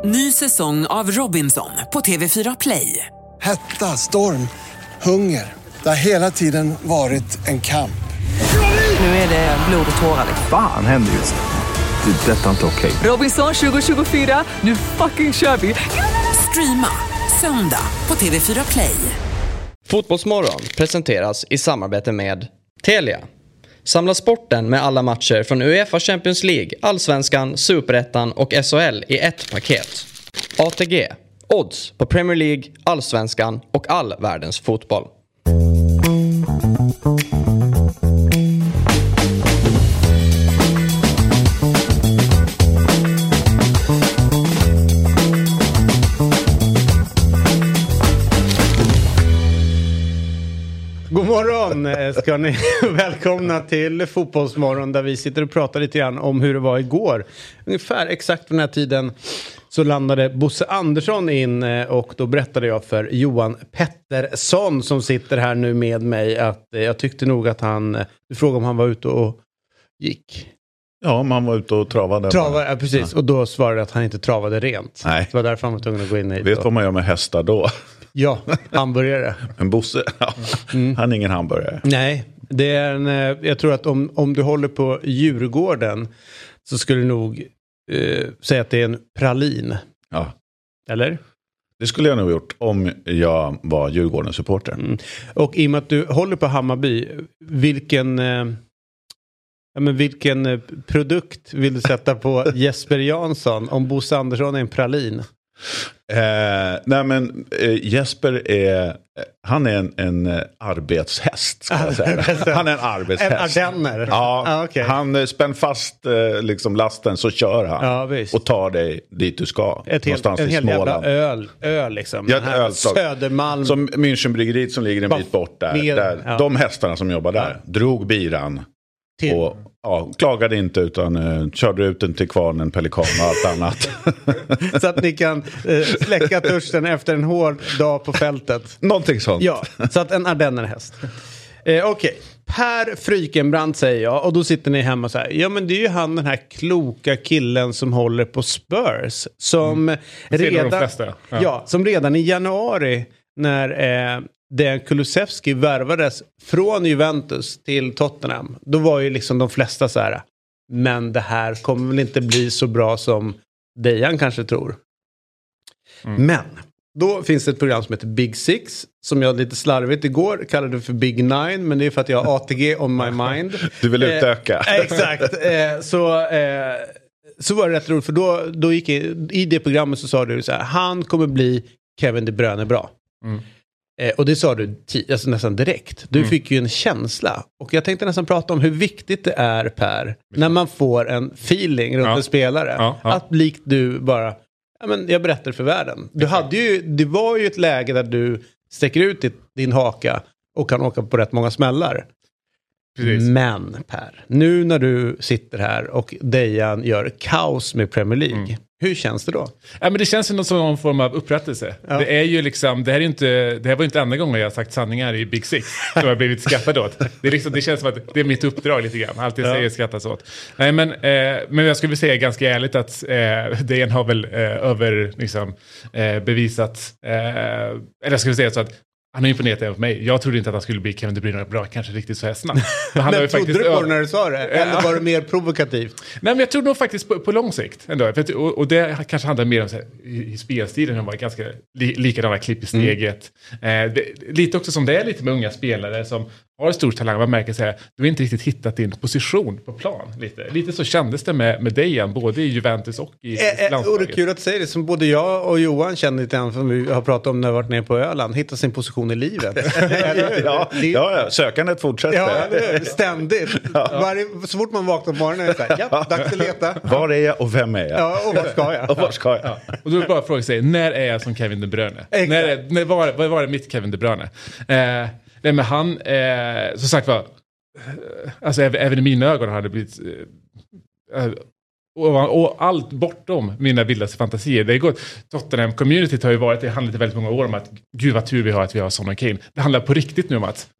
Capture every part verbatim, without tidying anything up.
Ny säsong av Robinson på T V fyra Play. Hetta, storm, hunger. Det har hela tiden varit en kamp. Nu är det blod och tårar. Fan händer just det. Det är detta inte okej. Robinson tjugo tjugofyra, nu fucking kör vi. Streama söndag på T V fyra Play. Fotbollsmorgon presenteras i samarbete med Telia. Samla sporten med alla matcher från UEFA Champions League, Allsvenskan, Superettan och S H L i ett paket. A T G. Odds på Premier League, Allsvenskan och all världens fotboll. God morgon ska ni välkomna till Fotbollsmorgon där vi sitter och pratar lite grann om hur det var igår. Ungefär exakt den här tiden så landade Bosse Andersson in och då berättade jag för Johan Pettersson som sitter här nu med mig att jag tyckte nog att han, du frågade om han var ute och gick. Ja, man var ute och travade. Travade, ja, precis. Ja. Och då svarade att han inte travade rent. Nej. Det var därför han var tvungen att gå in hit. Vet du vad man gör med hästar då? Ja, hamburgare. En Bosse, ja. Mm. Han är ingen hamburgare. Nej, det är en, jag tror att om, om du håller på Djurgården så skulle du nog eh, säga att det är en pralin. Ja. Eller? Det skulle jag nog gjort om jag var Djurgårdens supporter. Mm. Och i och med att du håller på Hammarby, vilken... Eh, Ja, men vilken produkt vill du sätta på Jesper Jansson om Bosse Andersson är en pralin? Eh, nej men eh, Jesper är han är en, en arbetshäst ska jag säga. Han är en arbetshäst. En ardenner? Ja, ah, okay. Han spänner fast eh, liksom lasten så kör han ja, och tar dig dit du ska. Ett helt, en hel jävla öl, öl liksom. Ja, ett ölslag. Södermalm. Som Münchenbryggeriet som ligger en bit bort där. Med, där ja. De hästarna som jobbar där ja. drog biran. Till. Och ja, klagade inte utan uh, körde ut den till kvarnen, pelikan och allt annat. Så att ni kan uh, släcka törsten efter en hård dag på fältet. Någonting sånt. Ja, så att en ardennerhäst. Uh, Okej, okay. Per Frykenbrand säger jag. Och då sitter ni hemma och säger ja men det är ju han den här kloka killen som håller på Spurs. Som, mm. redan, de flesta, ja. Ja, som redan i januari när... Uh, Dejan Kulusevski värvades från Juventus till Tottenham. Då var ju liksom de flesta så här. Men det här kommer väl inte bli så bra som Dejan kanske tror. Mm. Men då finns det ett program som heter Big Six. Som jag lite slarvigt igår kallade för Big Nine. Men det är för att jag har A T G on my mind. Du vill utöka. Eh, exakt. Eh, så... Eh, Så var det rätt roligt. För då, då gick jag, i det programmet så sa du så här. Han kommer bli Kevin De Bruyne bra. Mm. Eh, och det sa du t- alltså nästan direkt. Du mm. fick ju en känsla. Och jag tänkte nästan prata om hur viktigt det är, Per, när man får en feeling runt ja. en spelare. Ja, ja. Att likt du bara, ja men jag berättar för världen. Du hade ju, det var ju ett läge där du sträcker ut ditt, din haka och kan åka på rätt många smällar. Precis. Men Per, nu när du sitter här och Dejan gör kaos med Premier League. Mm. Hur känns det då? Ja, men det känns ju som någon form av upprättelse. Ja. Det är ju liksom, det här är inte, det här var inte enda gången jag har sagt sanningar i Big Six som jag blivit skrattad åt. Det är liksom, det känns som att det är mitt uppdrag lite grann. Allt jag ja. säger skrattas åt. Nej, men, eh, men jag skulle säga ganska ärligt att eh, Dejan har väl eh, över liksom, eh, bevisat, eh, eller jag skulle säga så att han har imponerat även på mig. Jag trodde inte att han skulle bli Kevin De Bruyne bra, kanske riktigt så här snabbt. Men han men har trodde faktiskt, du på det när du sa det? Eller var det mer provokativt? Nej, men jag tror nog faktiskt på, på lång sikt ändå. För att, och, och det kanske handlar mer om så här, i, i spelstilen. Han var ganska li, likadana klipp i steget. Mm. Eh, det, lite också som det är lite med unga spelare som har stor talang. Man märker så här, du har inte riktigt hittat din position på plan. Lite, lite så kändes det med, med Dejan, både i Juventus och i eh, landslaget. Och det är kul att säga det, som både jag och Johan känner lite grann, som vi har pratat om när vi varit nere på Öland. Hitta sin position i livet. ja, ja, ja, sökandet fortsätter. Ja, ständigt. Ja. Varje, så fort man vaknar på morgonen är det så här, ja, dags att leta. Var är jag och vem är jag? Ja, och var ska jag? och var ska jag? Ja. Och då är det bara att fråga sig, när är jag som Kevin De Bruyne? När, är, när var, var, var det mitt Kevin De Bruyne? Eh, nej, men han, eh, som sagt var, alltså även i mina ögon hade det blivit... Eh, Och, och allt bortom mina vildaste fantasier. Det går, Tottenham-communityt har ju varit, det handlar väldigt många år om att gud vad tur vi har att vi har Son och Kane. Det handlar på riktigt nu om att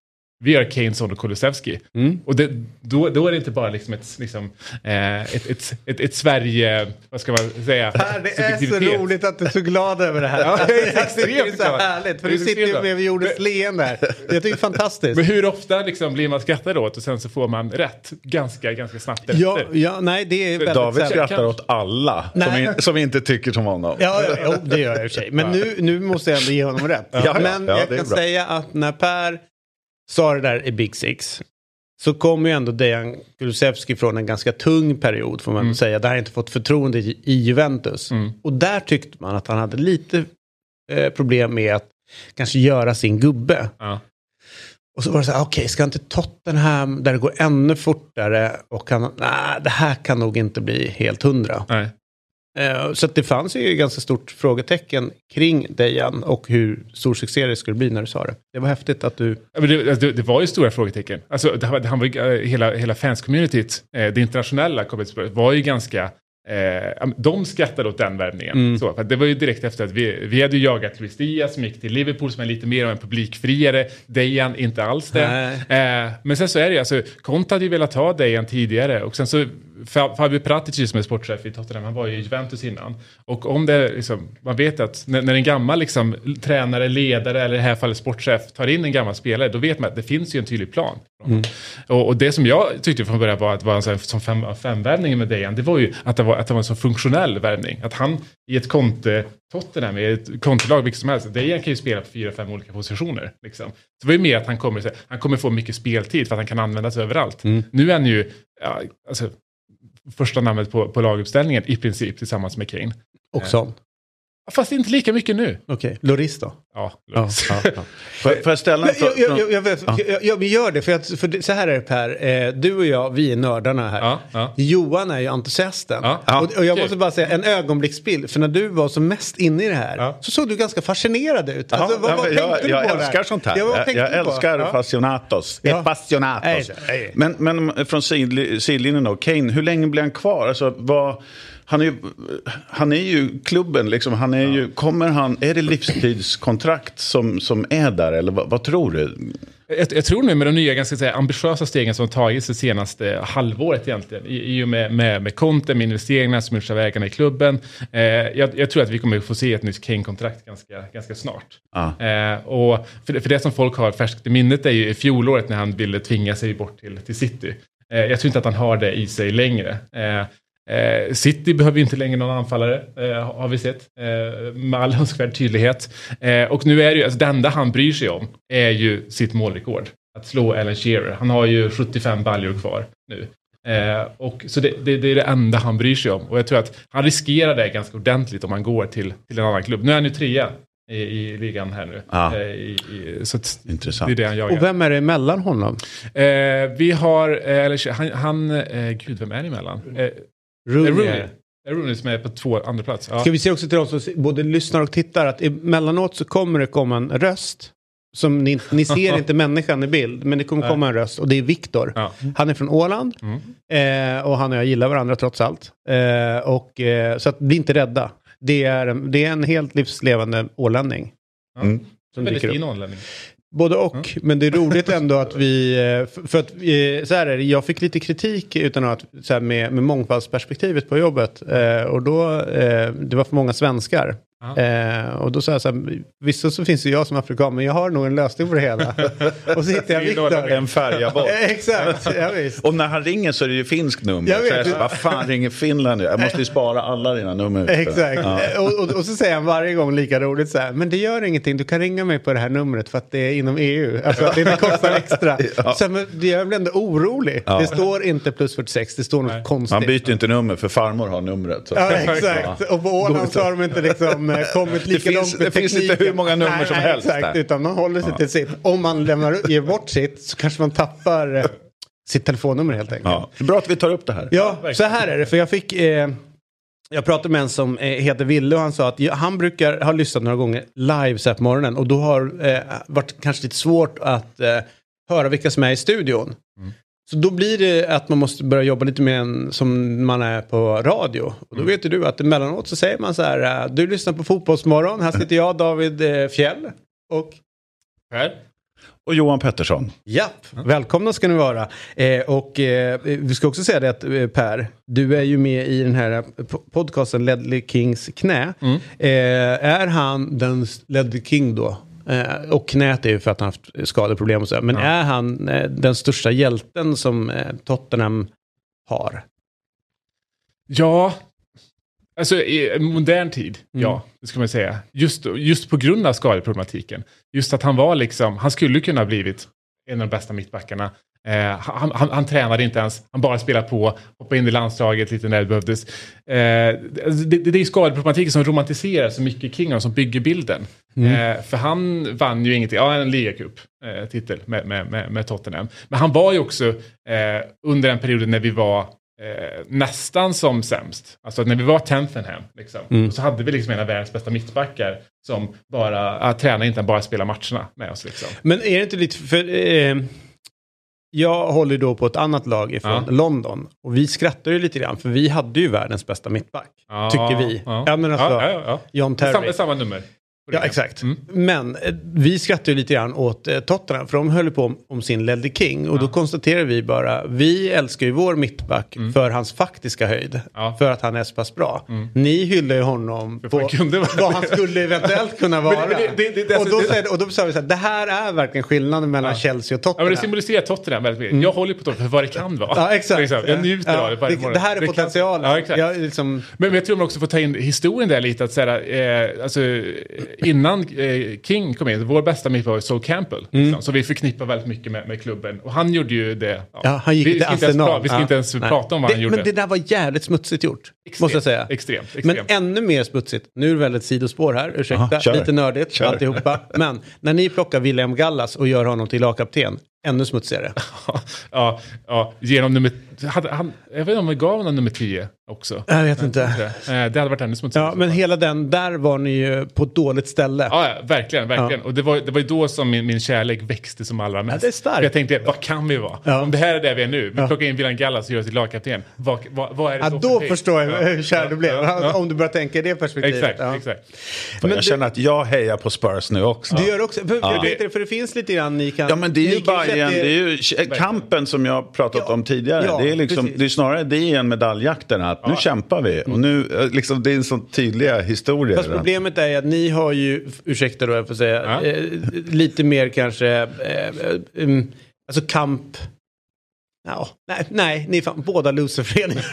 vi gör Kane, Son och Kulusevski. Mm. Och det, då, då är det inte bara liksom ett, liksom, eh, ett, ett, ett, ett Sverige, vad ska man säga? Här, det är så roligt att du är så glad över det här. Ja, det är extremt så härligt, för du sitter ju med vid jordens leen där. Jag tycker det är fantastiskt. Men hur ofta liksom blir man skrattad åt och sen så får man rätt ganska, ganska snabbt efter? Ja, ja, nej, det är väldigt David skrattar kan... åt alla som, in, som inte tycker som honom. Ja, ja, ja, det gör jag i och för sig. Men nu, nu måste jag ändå ge honom rätt. Ja, ja, men ja, jag kan bra. säga att när Per sa det där i Big Six så kom ju ändå Dejan Kulusevski från en ganska tung period, får man mm. säga. Där har inte fått förtroende i, i Juventus. Mm. Och där tyckte man att han hade lite eh, problem med att kanske göra sin gubbe. Ja. Och så var det så här, okej, okay, ska inte Tottenham där det går ännu fortare och han, nej, det här kan nog inte bli helt hundra. Nej. Uh, så att det fanns ju ganska stort frågetecken kring Dejan och hur stor succé det skulle bli när du sa det. Det var häftigt att du... Ja, men det, det, det var ju stora frågetecken. Alltså, det, han var, hela, hela fanscommunityt, eh, det internationella var ju ganska... Eh, de skrattade åt den värvningen. Mm. Så, för det var ju direkt efter att vi, vi hade jagat Luis Diaz som gick till Liverpool som är lite mer av en publikfriare. Dejan inte alls det. Eh, men sen så är det ju, alltså, Conte hade ju velat ha Dejan tidigare och sen så Fabio Paratici som är sportchef i Tottenham, han var ju i Juventus innan. Och om det liksom, man vet att när, när en gammal liksom, tränare, ledare eller i det här fallet sportchef tar in en gammal spelare, då vet man att det finns ju en tydlig plan. Mm. Och, och det som jag tyckte från början var att vara en sån som fem, femvärvning med Dejan, det var ju att det var, att det var en så funktionell värvning. Att han i ett Conte Tottenham, i ett Conte-lag vilket som helst, Dejan kan ju spela på fyra, fem olika positioner. Liksom. Så det var ju mer att han kommer, han kommer få mycket speltid för att han kan användas överallt. Mm. Nu är han ju, ja, alltså första namnet på, på laguppställningen i princip tillsammans med Kane. Och sån. Eh, fast inte lika mycket nu. Okej, okay. Loris då? Ja, Loris. Ja, ja, ja. Får jag ställa en fråga? Jag, jag, jag, vet, ja. jag, jag, vi gör det, för, att, för det, så här är det Per. Eh, du och jag, vi är nördarna här. Ja, ja. Johan är ju entusiasten. Ja, ja. Och, och jag måste bara säga, en ögonblicksbild. För när du var som mest inne i det här, ja. så såg du ganska fascinerad ut. Ja, alltså, vad, ja, vad jag tänkte jag, du på jag älskar där? sånt här. Ja, jag jag älskar ja. fascinatos. Ja. Fascinatos. Nej, nej. Men, men från sid, sidlinjen då, Kane, hur länge blir han kvar? Alltså, vad... Han är, ju, han är ju klubben liksom, han är ja. ju, kommer han, är det livstidskontrakt som, som är där eller vad, vad tror du? Jag, jag tror nu med de nya ganska säga, ambitiösa stegen som tagits det senaste halvåret egentligen i, i och med, med, med Conte, med investeringarna som är vägarna i klubben. Eh, jag, jag tror att vi kommer få se ett nytt Kane-kontrakt ganska, ganska snart. Ah. Eh, och för, för det som folk har färskt i minnet är ju i fjolåret när han ville tvinga sig bort till, till City. Eh, jag tror inte att han har det i sig längre. Eh, Eh, City behöver inte längre någon anfallare, eh, har vi sett, eh, med all önskvärd tydlighet. Eh, och nu är det ju, alltså det enda han bryr sig om är ju sitt målrekord. Att slå Alan Shearer. Han har ju sjuttiofem baljor kvar nu. Eh, och så det, det, det är det enda han bryr sig om. Och jag tror att han riskerar det ganska ordentligt om han går till, till en annan klubb. Nu är han ju trea i, i ligan här nu. Ah. Eh, i, i, så att intressant. Det är det han jagar. Och vem är det emellan honom? Eh, vi har, eh, eller han, han eh, gud vem är det emellan? Eh, Rooney. Rooney. Rooney som är på två andra plats. Ja. Ska vi se också till de som både lyssnar och tittar att emellanåt så kommer det komma en röst som ni, ni ser inte människan i bild, men det kommer komma en röst och det är Viktor. Ja. Han är från Åland mm. eh, och han och jag gillar varandra trots allt. Eh, och, eh, så att bli inte rädda. Det är, det är en helt livslevande ålänning. Ja. Mm. Som väldigt fin ålänning. Både och, mm. men det är roligt ändå att vi, för att så här är det, jag fick lite kritik utan att, så här, med, med mångfaldsperspektivet på jobbet och då, det var för många svenskar. Eh, och då sa jag så här, vissa så finns ju jag som afrikan, men jag har nog en lösning på det hela. Och så hittar jag Viktor. En färja bort. Exakt, ja, visst. Och när han ringer så är det ju finsk nummer. Jag vet, så jag, vad fan ringer Finland nu? Jag måste ju spara alla dina nummer. Exakt. Ja. Och, och, och så säger han varje gång lika roligt så här, men det gör ingenting, du kan ringa mig på det här numret för att det är inom E U. Alltså att det kostar extra. Ja. Så men, jag blir ändå orolig. Ja. Det står inte plus fyrtiosex, det står något Nej. konstigt. Man byter inte nummer för farmor har numret. Så. Ja, exakt. Ja. Och på Åland så har de inte liksom kommit lika det långt finns, med det finns inte hur många nummer nej, som nej, helst. Exakt, där. Utan man håller sig ja. till sitt. Om man lämnar, ger bort sitt så kanske man tappar eh, sitt telefonnummer helt enkelt. Ja. Det är bra att vi tar upp det här. Ja, ja så här är det. För jag fick... Eh, jag pratade med en som eh, heter Ville och han sa att ja, han brukar ha lyssnat några gånger live så här på morgonen. Och då har eh, varit kanske lite svårt att eh, höra vilka som är i studion. Mm. Så då blir det att man måste börja jobba lite mer än som man är på radio. Och då mm. vet du att emellanåt så säger man så här, du lyssnar på Fotbollsmorgon, här sitter jag, David Fjäll. Och här. Och Johan Pettersson. Ja, välkomna ska ni vara. Eh, och eh, vi ska också säga det att eh, Per, du är ju med i den här podcasten Ledley Kings knä. Mm. Eh, är han den Ledley King då? Eh, och knät är ju för att han har haft skadeproblem och så. Men ja. är han eh, den största hjälten som eh, Tottenham har? Ja, alltså i modern tid, mm. ja, det ska man säga. Just, just på grund av skadeproblematiken. Just att han var liksom, han skulle kunna ha blivit en av de bästa mittbackarna. Eh, han, han, han tränade inte ens, han bara spelade på, hoppade in i landslaget lite när det behövdes. Eh, det, det är ju skadeproblematiken som romantiserar så mycket kring honom, som bygger bilden. Mm. Eh, för han vann ju ingenting, ja en ligacup-titel eh, med, med, med, med Tottenham. Men han var ju också eh, under en period när vi var Eh, nästan som sämst. Alltså när vi var Tottenham liksom, mm. så hade vi liksom en av världens bästa mittbackar som bara, äh, tränar inte bara spela matcherna med oss liksom. Men är det inte lite för eh, jag håller då på ett annat lag ifrån ja. London och vi skrattar ju lite grann för vi hade ju världens bästa mittback, ja, tycker vi. Ja, ja men alltså, ja, ja, ja. John Terry. Samma, samma nummer. Ja, exakt. Mm. Men eh, vi skrattar ju lite grann åt eh, Tottenham för de höll på om, om sin Ledley King och ja. då konstaterar vi bara, vi älskar ju vår mittback mm. för hans faktiska höjd, ja. för att han är så pass bra. Mm. Ni hyllar ju honom för på vad han skulle eventuellt kunna vara. Men, det, det, det, och, då, det, och då sa vi så här, det här är verkligen skillnaden mellan ja. Chelsea och Tottenham. Ja, men det symboliserar Tottenham väldigt mycket. Mm. Jag håller på Tottenham för vad det kan vara. Ja, exakt. Jag njuter ja. av det varje det, det här är det potentialen. Ja, exakt. Jag, liksom... men, men jag tror man också får ta in historien där lite, att säga, eh, alltså innan eh, King kom in, vår bästa mittback var Sol Campbell. Mm. Liksom, så vi förknippar väldigt mycket med, med klubben. Och han gjorde ju det. Ja, ja han gick vi, till vi ska Arsenal. Pra- vi ska ja. inte ens Nej. prata om vad det, han gjorde. Men det där var jävligt smutsigt gjort. Extremt, måste jag säga. Extremt, extremt. Men ännu mer smutsigt. Nu är det väldigt sidospår här. Ursäkta, Aha, lite nördigt kör. alltihopa. Men när ni plockar William Gallas och gör honom till lagkapten, ännu smutsigare. ja, ja, genom nummer... Hade, han, jag vet inte om vi gav honom nummer tio också. Jag vet inte. Det, det hade varit ännu smutsigare. Ja, men hela den, där var ni ju på ett dåligt ställe. Ja, ja verkligen, verkligen. Ja. Och det var, det var ju då som min, min kärlek växte som allra mest. Ja, det är starkt. För jag tänkte, vad kan vi vara? Ja. Om det här är där vi är nu, vi ja. plockar in William Gallas och gör till lagkapten. Vad, vad, vad är det ja, så då för förstår jag ja. hur kär du blev. Ja. Ja. Om du börjar tänka i det perspektivet. Exakt, ja. exakt. Men jag känner att jag hejar på Spurs nu också. Du gör också, för, ja. för, det, för det finns lite grann ni kan... Ja, men det är ju Bayern, det är ju kampen som jag pratat ja. om tidigare. Ja, det är liksom, det är snarare det än medaljjakterna. Att ja. nu kämpar vi. Och nu, liksom, det är en sån tydliga historia. Fast problemet är att ni har ju, ursäkta då jag får säga, ja. eh, lite mer kanske, eh, um, alltså kamp... Ja, nej, nej, ni är fan båda loserföreningar.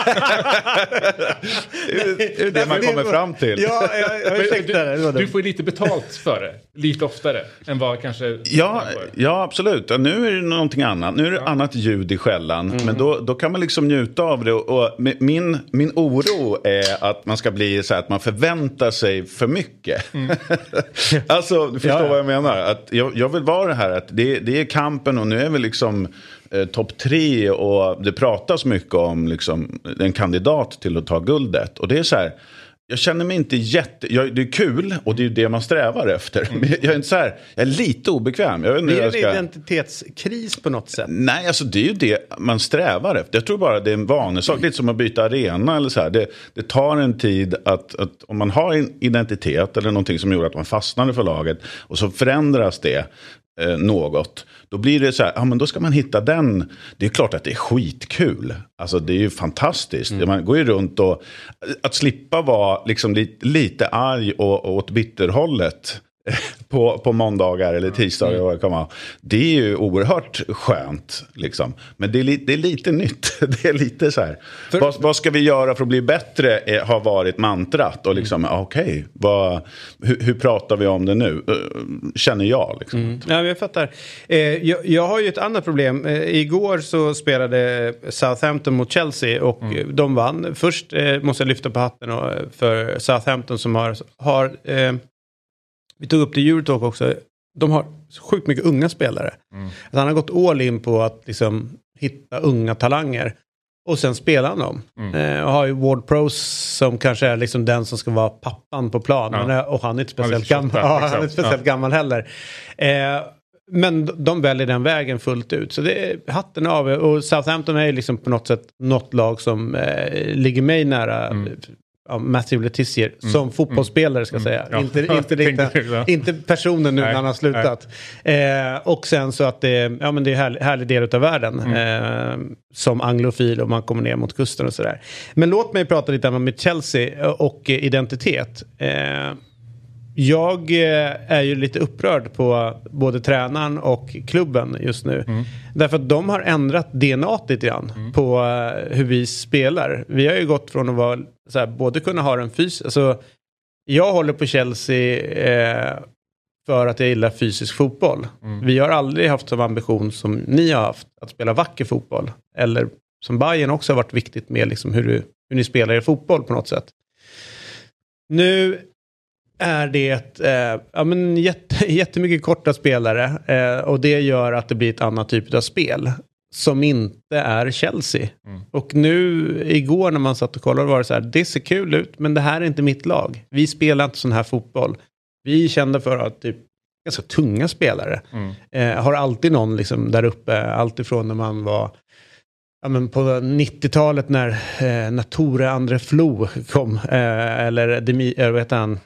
det är det man kommer fram till. Ja, jag, jag ursäktar det. Du, du får ju lite betalt för det. Lite oftare än vad kanske... Ja, ja, absolut. Nu är det någonting annat. Nu är det ja. annat ljud i skällan. Mm. Men då, då kan man liksom njuta av det. Och min, min oro är att man ska bli så här att man förväntar sig för mycket. Mm. Alltså, du förstår ja. vad jag menar. Att jag, jag vill vara det här. Att det, det är kampen och nu är vi liksom... Eh, topp tre och det pratas mycket om liksom, en kandidat till att ta guldet. Och det är så här, jag känner mig inte jätte... Jag, det är kul och det är det man strävar efter. Men jag är inte så här, jag är lite obekväm. Jag vet inte det är jag ska... en identitetskris på något sätt. Nej, alltså det är ju det man strävar efter. Jag tror bara det är en vanesak, lite som att byta arena eller så här. Det, det tar en tid att, att om man har en identitet eller någonting som gjorde att man fastnade för laget och så förändras det eh, något. Då blir det så här, ja men då ska man hitta den. Det är klart att det är skitkul. Alltså det är ju fantastiskt. Mm. Man går ju runt och att slippa vara liksom lite, lite arg och, och åt bitterhållet på, på måndagar eller tisdagar. Mm. Komma. Det är ju oerhört skönt liksom. Men det är, li, det är lite nytt. Det är lite så här. För... Vad, vad ska vi göra för att bli bättre är, har varit mantrat. Och liksom, mm. okej, okay, hur, hur pratar vi om det nu? Känner jag liksom. Mm. Ja, jag fattar. Eh, jag, jag har ju ett annat problem. Eh, igår så spelade Southampton mot Chelsea och mm. de vann. Först eh, måste jag lyfta på hatten och, för Southampton som har... har eh, vi tog upp det i Eurotalk också. De har sjukt mycket unga spelare. Mm. Alltså han har gått all in på att liksom hitta unga talanger. Och sen spelar han dem. Mm. Eh, och har ju Ward Prowse som kanske är liksom den som ska vara pappan på plan. Ja. Men, och han är inte speciellt, han är gammal, ja, han är inte speciellt ja. gammal heller. Eh, men de väljer den vägen fullt ut. Så det är hatten av. Och Southampton är liksom på något sätt något lag som eh, ligger mig nära... Mm. ja, Matthew Letizier mm. som fotbollsspelare ska mm. säga. Ja. Inte, inte, inte, inte personen nu nej, när han har slutat. Eh, och sen så att det, ja, men det är en härlig, härlig del av världen mm. eh, som anglofil och man kommer ner mot kusten och sådär. Men låt mig prata lite om Chelsea och identitet. Eh, Jag är ju lite upprörd på både tränaren och klubben just nu. Mm. Därför att de har ändrat D N A lite grann mm. på hur vi spelar. Vi har ju gått från att vara så här, både kunna ha en fys... Alltså, jag håller på Chelsea eh, för att jag gillar fysisk fotboll. Mm. Vi har aldrig haft som ambition som ni har haft att spela vacker fotboll. Eller som Bayern också har varit viktigt med liksom, hur, du, hur ni spelar er fotboll på något sätt. Nu är det eh, ja, men jätte, jättemycket korta spelare eh, och det gör att det blir ett annat typ av spel som inte är Chelsea. Mm. Och nu igår när man satt och kollade var det så här, det ser kul ut men det här är inte mitt lag. Vi spelar inte sån här fotboll. Vi kände för att typ ganska tunga spelare. Mm. Eh, har alltid någon liksom där uppe, alltifrån när man var ja, men på nittiotalet när, eh, när Tore André Flo kom eh, eller Demi, jag vet han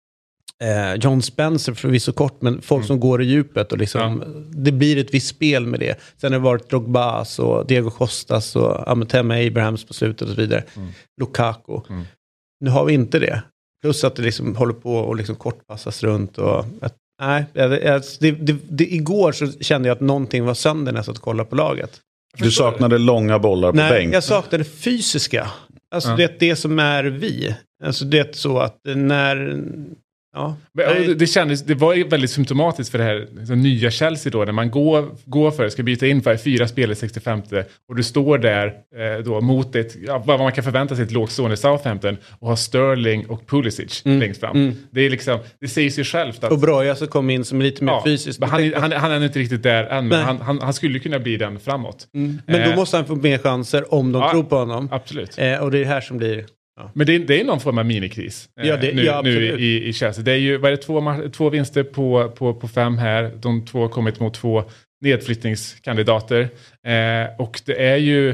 Eh, John Spencer förvisso kort men folk mm. som går i djupet och liksom, ja. Det blir ett visst spel med det. Sen har det varit Drogbas och Diego Costas och Amatema Abrahams på slutet och så vidare. Mm. Lukaku. Mm. Nu har vi inte det. Plus att det liksom håller på och liksom kortpassas runt och att, nej, det, det, det, det, igår så kände jag att någonting var sönder när jag satt och kollade på laget. Du saknade långa bollar på nej, bänk. Nej, jag saknade fysiska. Alltså ja. det är det som är vi. Alltså det är så att när ja. Det, det, kändes, det var väldigt symptomatiskt för det här liksom, nya Chelsea då när man går, går för ska byta in för fyra spelare sextiofem och du står där eh, då mot ett, ja, vad man kan förvänta sig ett lågstående Southampton och har Sterling och Pulisic mm. längst fram. Mm. Det är liksom, det säger sig självt att... Och Broja så kom in som lite mer ja, fysiskt. Han, han, han är inte riktigt där än men han, han, han skulle kunna bli den framåt. Mm. Men eh, då måste han få mer chanser om de ja, tror på honom. Absolut. Eh, och det är det här som blir... Ja. Men det är, det är någon form av minikris ja, det, eh, nu, ja, nu i, i Chelsea. Det är ju vad är det, två, två vinster på, på, på fem här. De två har kommit mot två nedflyttningskandidater. Eh, och det är ju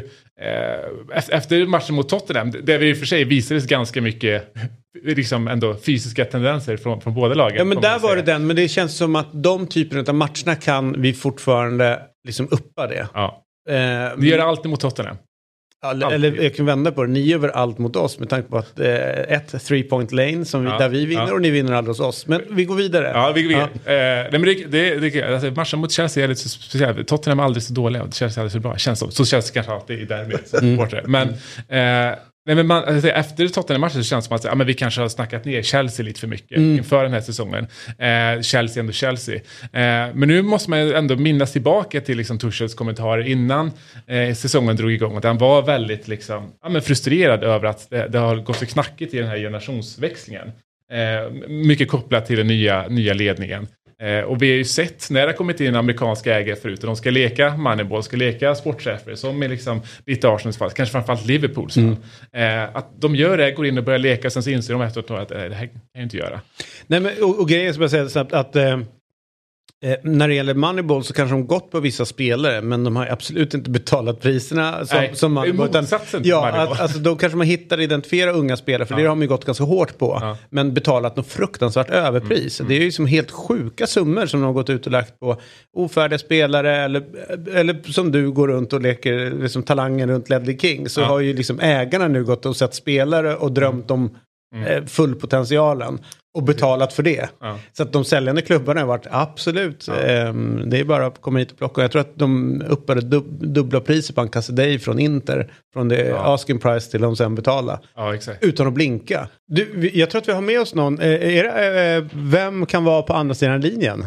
eh, efter matchen mot Tottenham där vi i och för sig visades ganska mycket liksom ändå fysiska tendenser från, från båda lagen. Ja men där var det den, men det känns som att de typerna av matcherna kan vi fortfarande liksom uppa det. Ja. Eh, vi gör det alltid mot Tottenham. Eller, eller jag kan vända på det. Ni gör allt mot oss med tanke på att eh, ett three point lane som vi, ja, där vi vinner ja. och ni vinner aldrig hos oss. Men vi går vidare. Ja, vi går vidare. Ja. Eh, nej, men det, det, det, alltså, matchen mot Chelsea är lite så speciell. Tottenham är aldrig så dåliga och Chelsea är aldrig så bra. Känns så. Så känns det kanske alltid i derbyt. Mm. Men, eh, nej, men man, alltså, efter Tottenham-matchen så känns det som att ja, men vi kanske har snackat ner Chelsea lite för mycket mm. inför den här säsongen. Eh, Chelsea ändå Chelsea. Eh, men nu måste man ändå minnas tillbaka till liksom, Tuchels kommentarer innan eh, säsongen drog igång. Att han var väldigt liksom, ja, men frustrerad över att det, det har gått så knackigt i den här generationsväxlingen. Eh, mycket kopplat till den nya, nya ledningen. Eh, och vi har ju sett när det har kommit in amerikanska ägare förut och de ska leka Moneyball, ska leka sportchefer som är liksom lite Arsenals fall, kanske framförallt Liverpools fall. Mm. Eh, att de gör det, går in och börjar leka, sen så inser de efteråt att eh, det här kan jag inte göra. Nej, men, och, och grejen som jag säger snabbt att eh, eh, när det gäller Moneyball så kanske de gått på vissa spelare men de har absolut inte betalat priserna som, Nej, som Moneyball. Utan, ja, att, alltså, då kanske man hittar identifiera unga spelare för ja. det har man ju gått ganska hårt på ja. men betalat något fruktansvärt överpris. Mm. Det är ju som helt sjuka summor som de har gått ut och lagt på ofärdiga spelare eller, eller som du går runt och leker liksom, talangen runt Ledley King så ja. har ju liksom ägarna nu gått och sett spelare och drömt om mm. full potentialen och betalat för det. Ja. Så att de säljande klubbarna har varit absolut ja. eh, det är bara att komma hit och plocka. Jag tror att de uppade dub- dubbla priser på en Cassaday från Inter från det ja. asking price till de sen betala. Ja, exakt. Utan att blinka. Du, vi, jag tror att vi har med oss någon. Eh, är det, eh, vem kan vara på andra sidan linjen?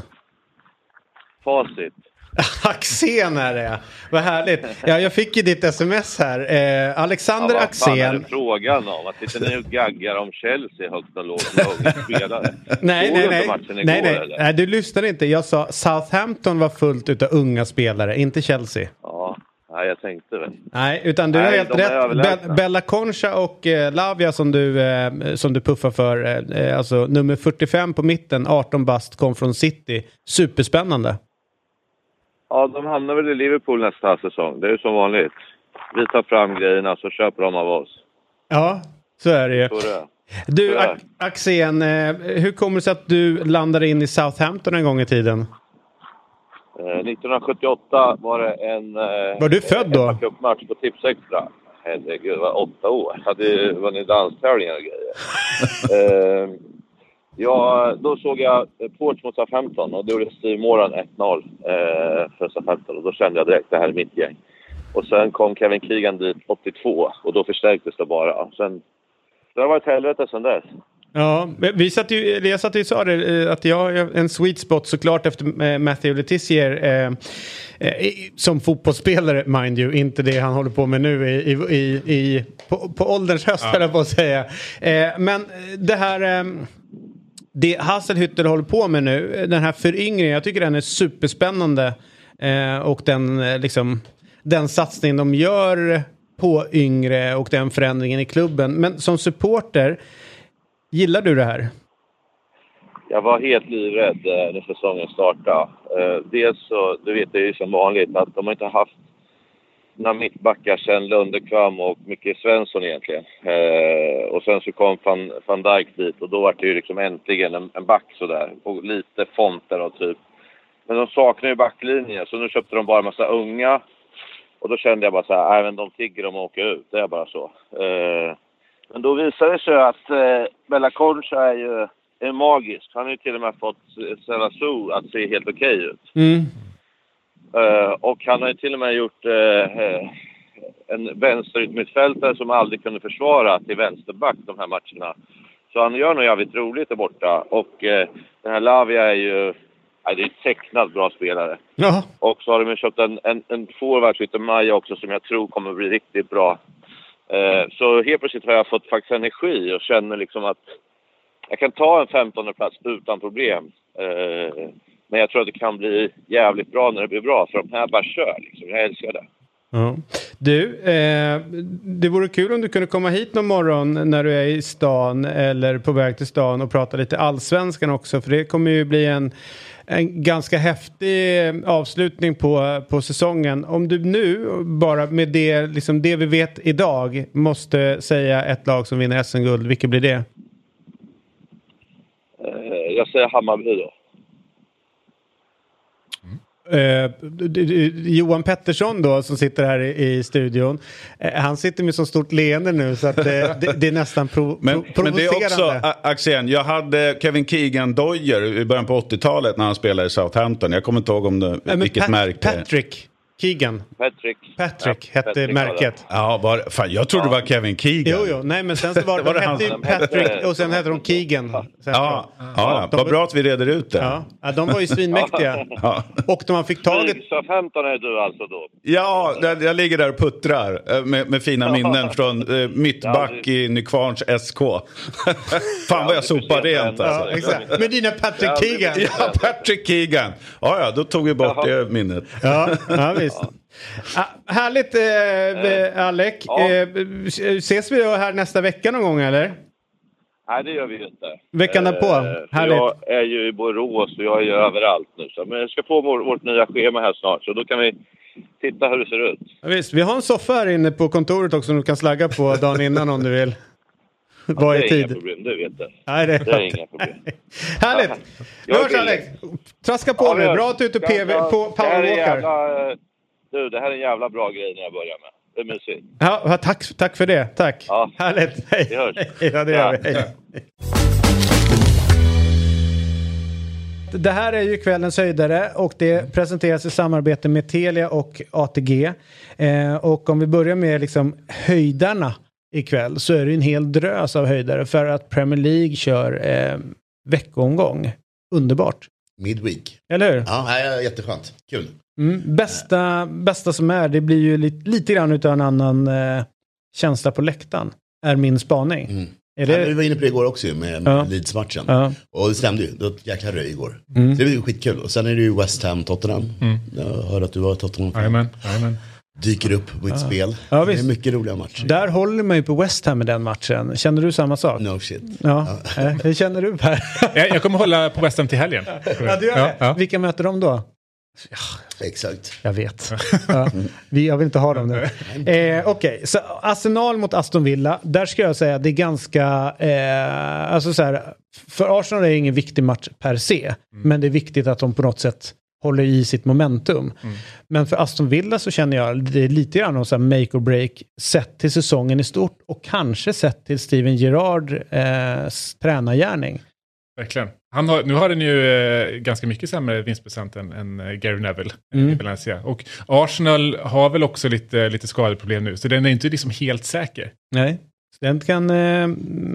Facit. Axén är det. Vad härligt. Ja, jag fick ju ditt sms här. Eh, Alexander ja, Axén. Vad fan är det frågan om? Att sitter ni och gaggar om Chelsea högt och lågt spelare? nej, nej, nej. nej, nej. nej, du lyssnade inte. Jag sa Southampton var fullt utav unga spelare, inte Chelsea. Ja, nej, jag tänkte väl. Nej, utan du har helt rätt. Be- Bella Concha och eh, Lavia som du, eh, som du puffar för. Eh, alltså nummer fyrtiofem på mitten, arton bast, kom från City. Superspännande. Ja, de hamnar väl i Liverpool nästa säsong. Det är ju som vanligt. Vi tar fram grejerna så köper de av oss. Ja, så är det ju. Du, Axén, hur kommer det sig att du landade in i Southampton en gång i tiden? nittonhundrasjuttioåtta var det en... Var du född då? En cupmatch på Tips Extra. Herregud, det var åtta år. Hade vunnit danstävlingar och grejer. uh, ja, då såg jag Ports mot Southampton och då gjorde Steve Moran ett noll uh, för Southampton. Och då kände jag direkt, det här är mitt gäng. Och sen kom Kevin Keegan dit åttiotvå och då förstärktes det bara. Sen, det har varit helvete sedan dess. Ja, vi satt ju, jag satt ju sa det, att jag har en sweet spot såklart efter Matthew Letizier eh, eh, som fotbollsspelare, mind you, inte det han håller på med nu i, i, i, på, på ålderns höst, ja. På att säga. Eh, men det här eh, det Hasselhüttel håller på med nu, den här föryngringen, jag tycker den är superspännande eh, och den eh, liksom den satsning de gör på yngre och den förändringen i klubben. Men som supporter, gillar du det här? Jag var helt livrädd när säsongen startade. Dels så, du vet det är ju som vanligt att de har inte haft några mittbackar sedan Lundekvam och Micke Svensson egentligen. Och sen så kom Van, Van Dijk dit och då var det ju liksom äntligen en, en back sådär. Och lite fonter och typ. Men de saknar ju backlinjen så nu köpte de bara en massa unga. Och då kände jag bara så här, även de tigger om att åka ut. Det är bara så. Men då visade det sig att eh, Bella Concha är ju är magisk. Han har ju till och med fått Selassou att se helt okej ut. Mm. Uh, och han har ju till och med gjort uh, en vänsterutmittfältare som aldrig kunde försvara till vänsterback de här matcherna. Så han gör nog jävligt roligt där borta. Och uh, den här Lavia är ju uh, det är ett tecknat bra spelare. Ja. Och så har de köpt en, en, en forward som heter Maja också som jag tror kommer bli riktigt bra. Så helt plötsligt har jag fått faktiskt energi och känner liksom att jag kan ta en femtonde plats utan problem. Men jag tror att det kan bli jävligt bra när det blir bra. För de här bara kör liksom. Jag älskar det. Ja. Du, eh, det vore kul om du kunde komma hit någon morgon när du är i stan eller på väg till stan och prata lite allsvenskan också. För det kommer ju bli en, en ganska häftig avslutning på, på säsongen. Om du nu, bara med det, liksom det vi vet idag, måste säga ett lag som vinner S M-guld, vilket blir det? Eh, jag säger Hammarby då. Uh, Johan Pettersson då som sitter här i, i studion, uh, han sitter med så stort leende nu så att uh, det, det är nästan pro, men, pro, men det är också, Axén, jag hade Kevin Keegan Doyer i början på åttiotalet när han spelade i Southampton. Jag kommer inte ihåg om det, uh, vilket Pat- märke. Patrick Keegan. Patrick. Patrick ja, hette Patrick märket. Ja, var, fan, jag trodde ja. det var Kevin Keegan. Jo, jo, nej men sen så var, var det hette ju Patrick och sen hette de Keegan. Sen ja, ja, ja de, vad bra att vi reder ut det. Ja, ja de var ju svinmäktiga. Ja. Och de man fick taget... femton är du alltså då? Ja, jag, jag ligger där och puttrar med, med fina minnen från uh, mittback i Nykvarns S K. Fan vad jag sopar rent alltså. Ja, exakt. Med dina Patrick Keegan. Ja, Patrick Keegan. Ja, ja, då tog vi bort Jaha. det minnet. Ja, ja visst. Ah, härligt eh, Alec. Ja. Eh, ses vi då här nästa vecka någon gång eller? Nej, det gör vi ju inte. Veckan därpå. Eh, härligt. Jag är ju i Borås och jag är ju överallt nu. Så. Men jag ska få vår, vårt nya schema här snart så då kan vi titta hur det ser ut. Ja, visst, vi har en soffa här inne på kontoret också som du kan slagga på dagen innan om du vill. Vad är tid? Det är inga problem, det vet jag. Nej, det är, det är inga problem. Härligt. Vi hörs Alex. Traska på ja, nu. Bra att du är ute på P V på Powerwalker. Du, det här är en jävla bra grej när jag börjar med. Det är mysigt. Ja, tack, tack för det. Tack. Ja. Härligt. Hej. Vi hörs. Ja, det gör vi. Hej. Det här är ju kvällens höjdare och det presenteras i samarbete med Telia och A T G. Eh, och om vi börjar med liksom höjdarna ikväll så är det en hel drös av höjdare för att Premier League kör eh, veckomgång. Underbart. Midweek. Eller hur? Ja, ja, jätteskönt. Kul. Mm, bästa, bästa som är, det blir ju lite, lite grann utav en annan eh, känsla på läktaren. Är min spaning. Mm. Är det... ja, vi var inne på det igår också med ja. Leeds-matchen. Ja. Och det stämde ju. Det var ett jäkla röj igår. Mm. Så det var ju skitkul. Och sen är det ju West Ham Tottenham. Mm. Jag hörde att du var Tottenham. Amen. Amen. Dyker upp på ett ja. spel. Ja, det är mycket roliga matcher. Där håller man ju på West Ham med den matchen. Känner du samma sak? No shit. Ja. Ja. Hur känner du Per? jag, jag kommer hålla på West Ham till helgen. Ja, du gör det. Ja. Vilka möter de då? Ja, exakt. Jag vet. Ja, vi, jag vill inte ha dem nu. Eh, Okej, okay. Så Arsenal mot Aston Villa. Där ska jag säga att det är ganska... Eh, alltså så här, för Arsenal är det ingen viktig match per se. Mm. Men det är viktigt att de på något sätt håller i sitt momentum. Mm. Men för Aston Villa så känner jag det är lite grann om så här make or break sett till säsongen i stort och kanske sett till Steven Gerrard eh, tränargärning. Verkligen. Han har, nu har den ju eh, ganska mycket sämre vinstprocent än, än eh, Gary Neville mm. i Valencia. Och Arsenal har väl också lite, lite skadeproblem nu. Så den är inte liksom helt säker. Nej. Den kan, eh,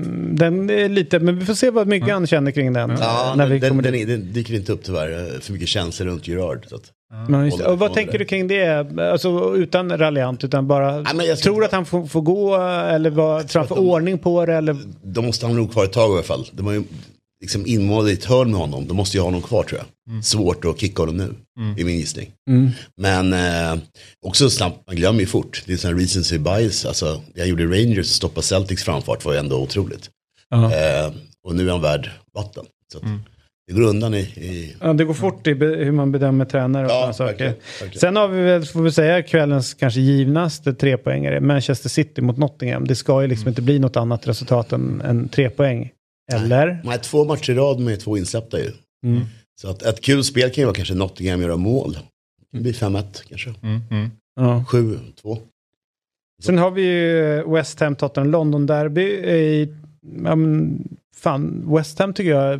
den är lite, men vi får se vad mycket mm. han känner kring den. Ja, när den, vi den, den, den dyker inte upp tyvärr, för mycket känslor runt Gerrard. Så att, mm. just, och vad tänker det. du kring det? Alltså utan raljant, utan bara, ja, tror att han får, får gå, eller vad, tror han får de, ordning på det? Eller? De måste ha nog kvar ett tag i alla fall. De har ju liksom inmålat i ett hörn med honom. De måste ju ha honom kvar, tror jag. Mm. Svårt att kicka honom nu, mm. i min gissning. Mm. Men eh, också snabbt, man glömmer ju fort. Det är sån här recency bias. Alltså, jag gjorde Rangers stoppa Celtics framfart var ju ändå otroligt. Uh-huh. Eh, och nu är han värd vatten. Så att, mm. det går undan i... i... Ja, det går fort i be- hur man bedömer tränare och ja, saker. Verkligen, verkligen. Sen har vi väl, får vi säga, kvällens kanske givnaste trepoängare. Manchester City mot Nottingham. Det ska ju liksom mm. inte bli något annat resultat än, än tre poäng. Eller? Man har två matcher i rad med två insläppta ju. Mm. Så att ett kul spel kan ju vara kanske Nottingham göra mål. Det blir fem ett kanske. Mm. Mm. Ja. sju två. Sen har vi ju West Ham Tottenham London derby i, um, fan, West Ham tycker jag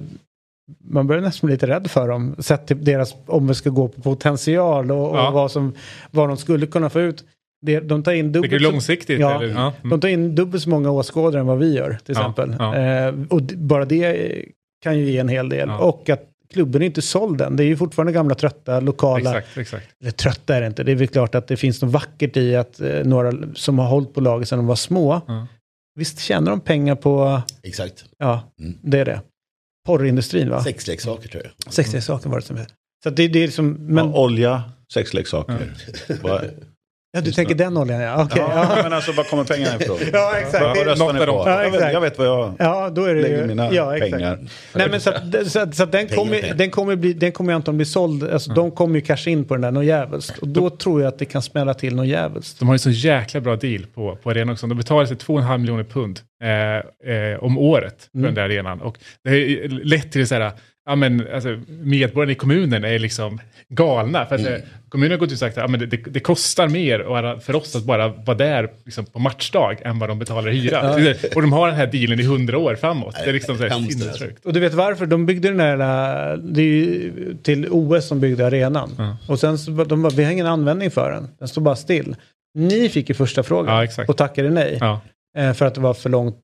man börjar nästan bli lite rädd för dem. Sett till deras, om vi ska gå på potential och, ja. och vad, som, vad de skulle kunna få ut. Det, de tar in dubbelt långsiktigt, ja, eller? Ja. Mm. De tar in dubbelt så många åskådare än vad vi gör till exempel. Ja, ja. Eh, och d- bara det kan ju ge en hel del. Ja. Och att klubben är inte såld än. Det är ju fortfarande gamla trötta lokala. Exakt, exakt. Eller trötta är det inte. Det är väl klart att det finns något vackert i att eh, några som har hållit på laget sedan de var små. Ja. Visst tjänar de pengar på... Exakt. Ja, mm. det är det. Porrindustrin, va? Sexleksaker tror jag. Sexleksaker var det som är. Så det, det är liksom... Men... Ja, olja, sexleksaker. Ja. Ja, du tänker den oljan, ja. Okay, ja, ja. Men alltså, vad kommer pengarna ifrån? Ja, exakt. Vad röstar ni på? Ja, jag, vet, jag vet vad jag ja, då är det lägger ju, mina ja, pengar. Nej, men så, så, så att den kommer, den kommer bli, den kommer ju antagligen bli såld. Alltså, mm. De kommer ju casha in på den där något jävligt. Och då de, tror jag att det kan smälla till något jävligt. De har ju så jäkla bra deal på, på arenan också. De betalar sig två och en halv miljoner pund eh, eh, om året för mm. den där arenan. Och det har lett till så här... Ja, men alltså, medborgarna i kommunen är liksom galna. För att mm. kommunen har gått ut och sagt att ja, men det, det kostar mer för oss att bara vara där liksom, på matchdag än vad de betalar hyra. Ja. Och de har den här dealen i hundra år framåt. Det är liksom så här sinnessjukt. Och du vet varför? De byggde den där, det är ju till O S som byggde arenan. Mm. Och sen så de bara, vi har ingen användning för den. Den står bara still. Ni fick ju första frågan ja, och tackade nej. Ja. För att det var för långt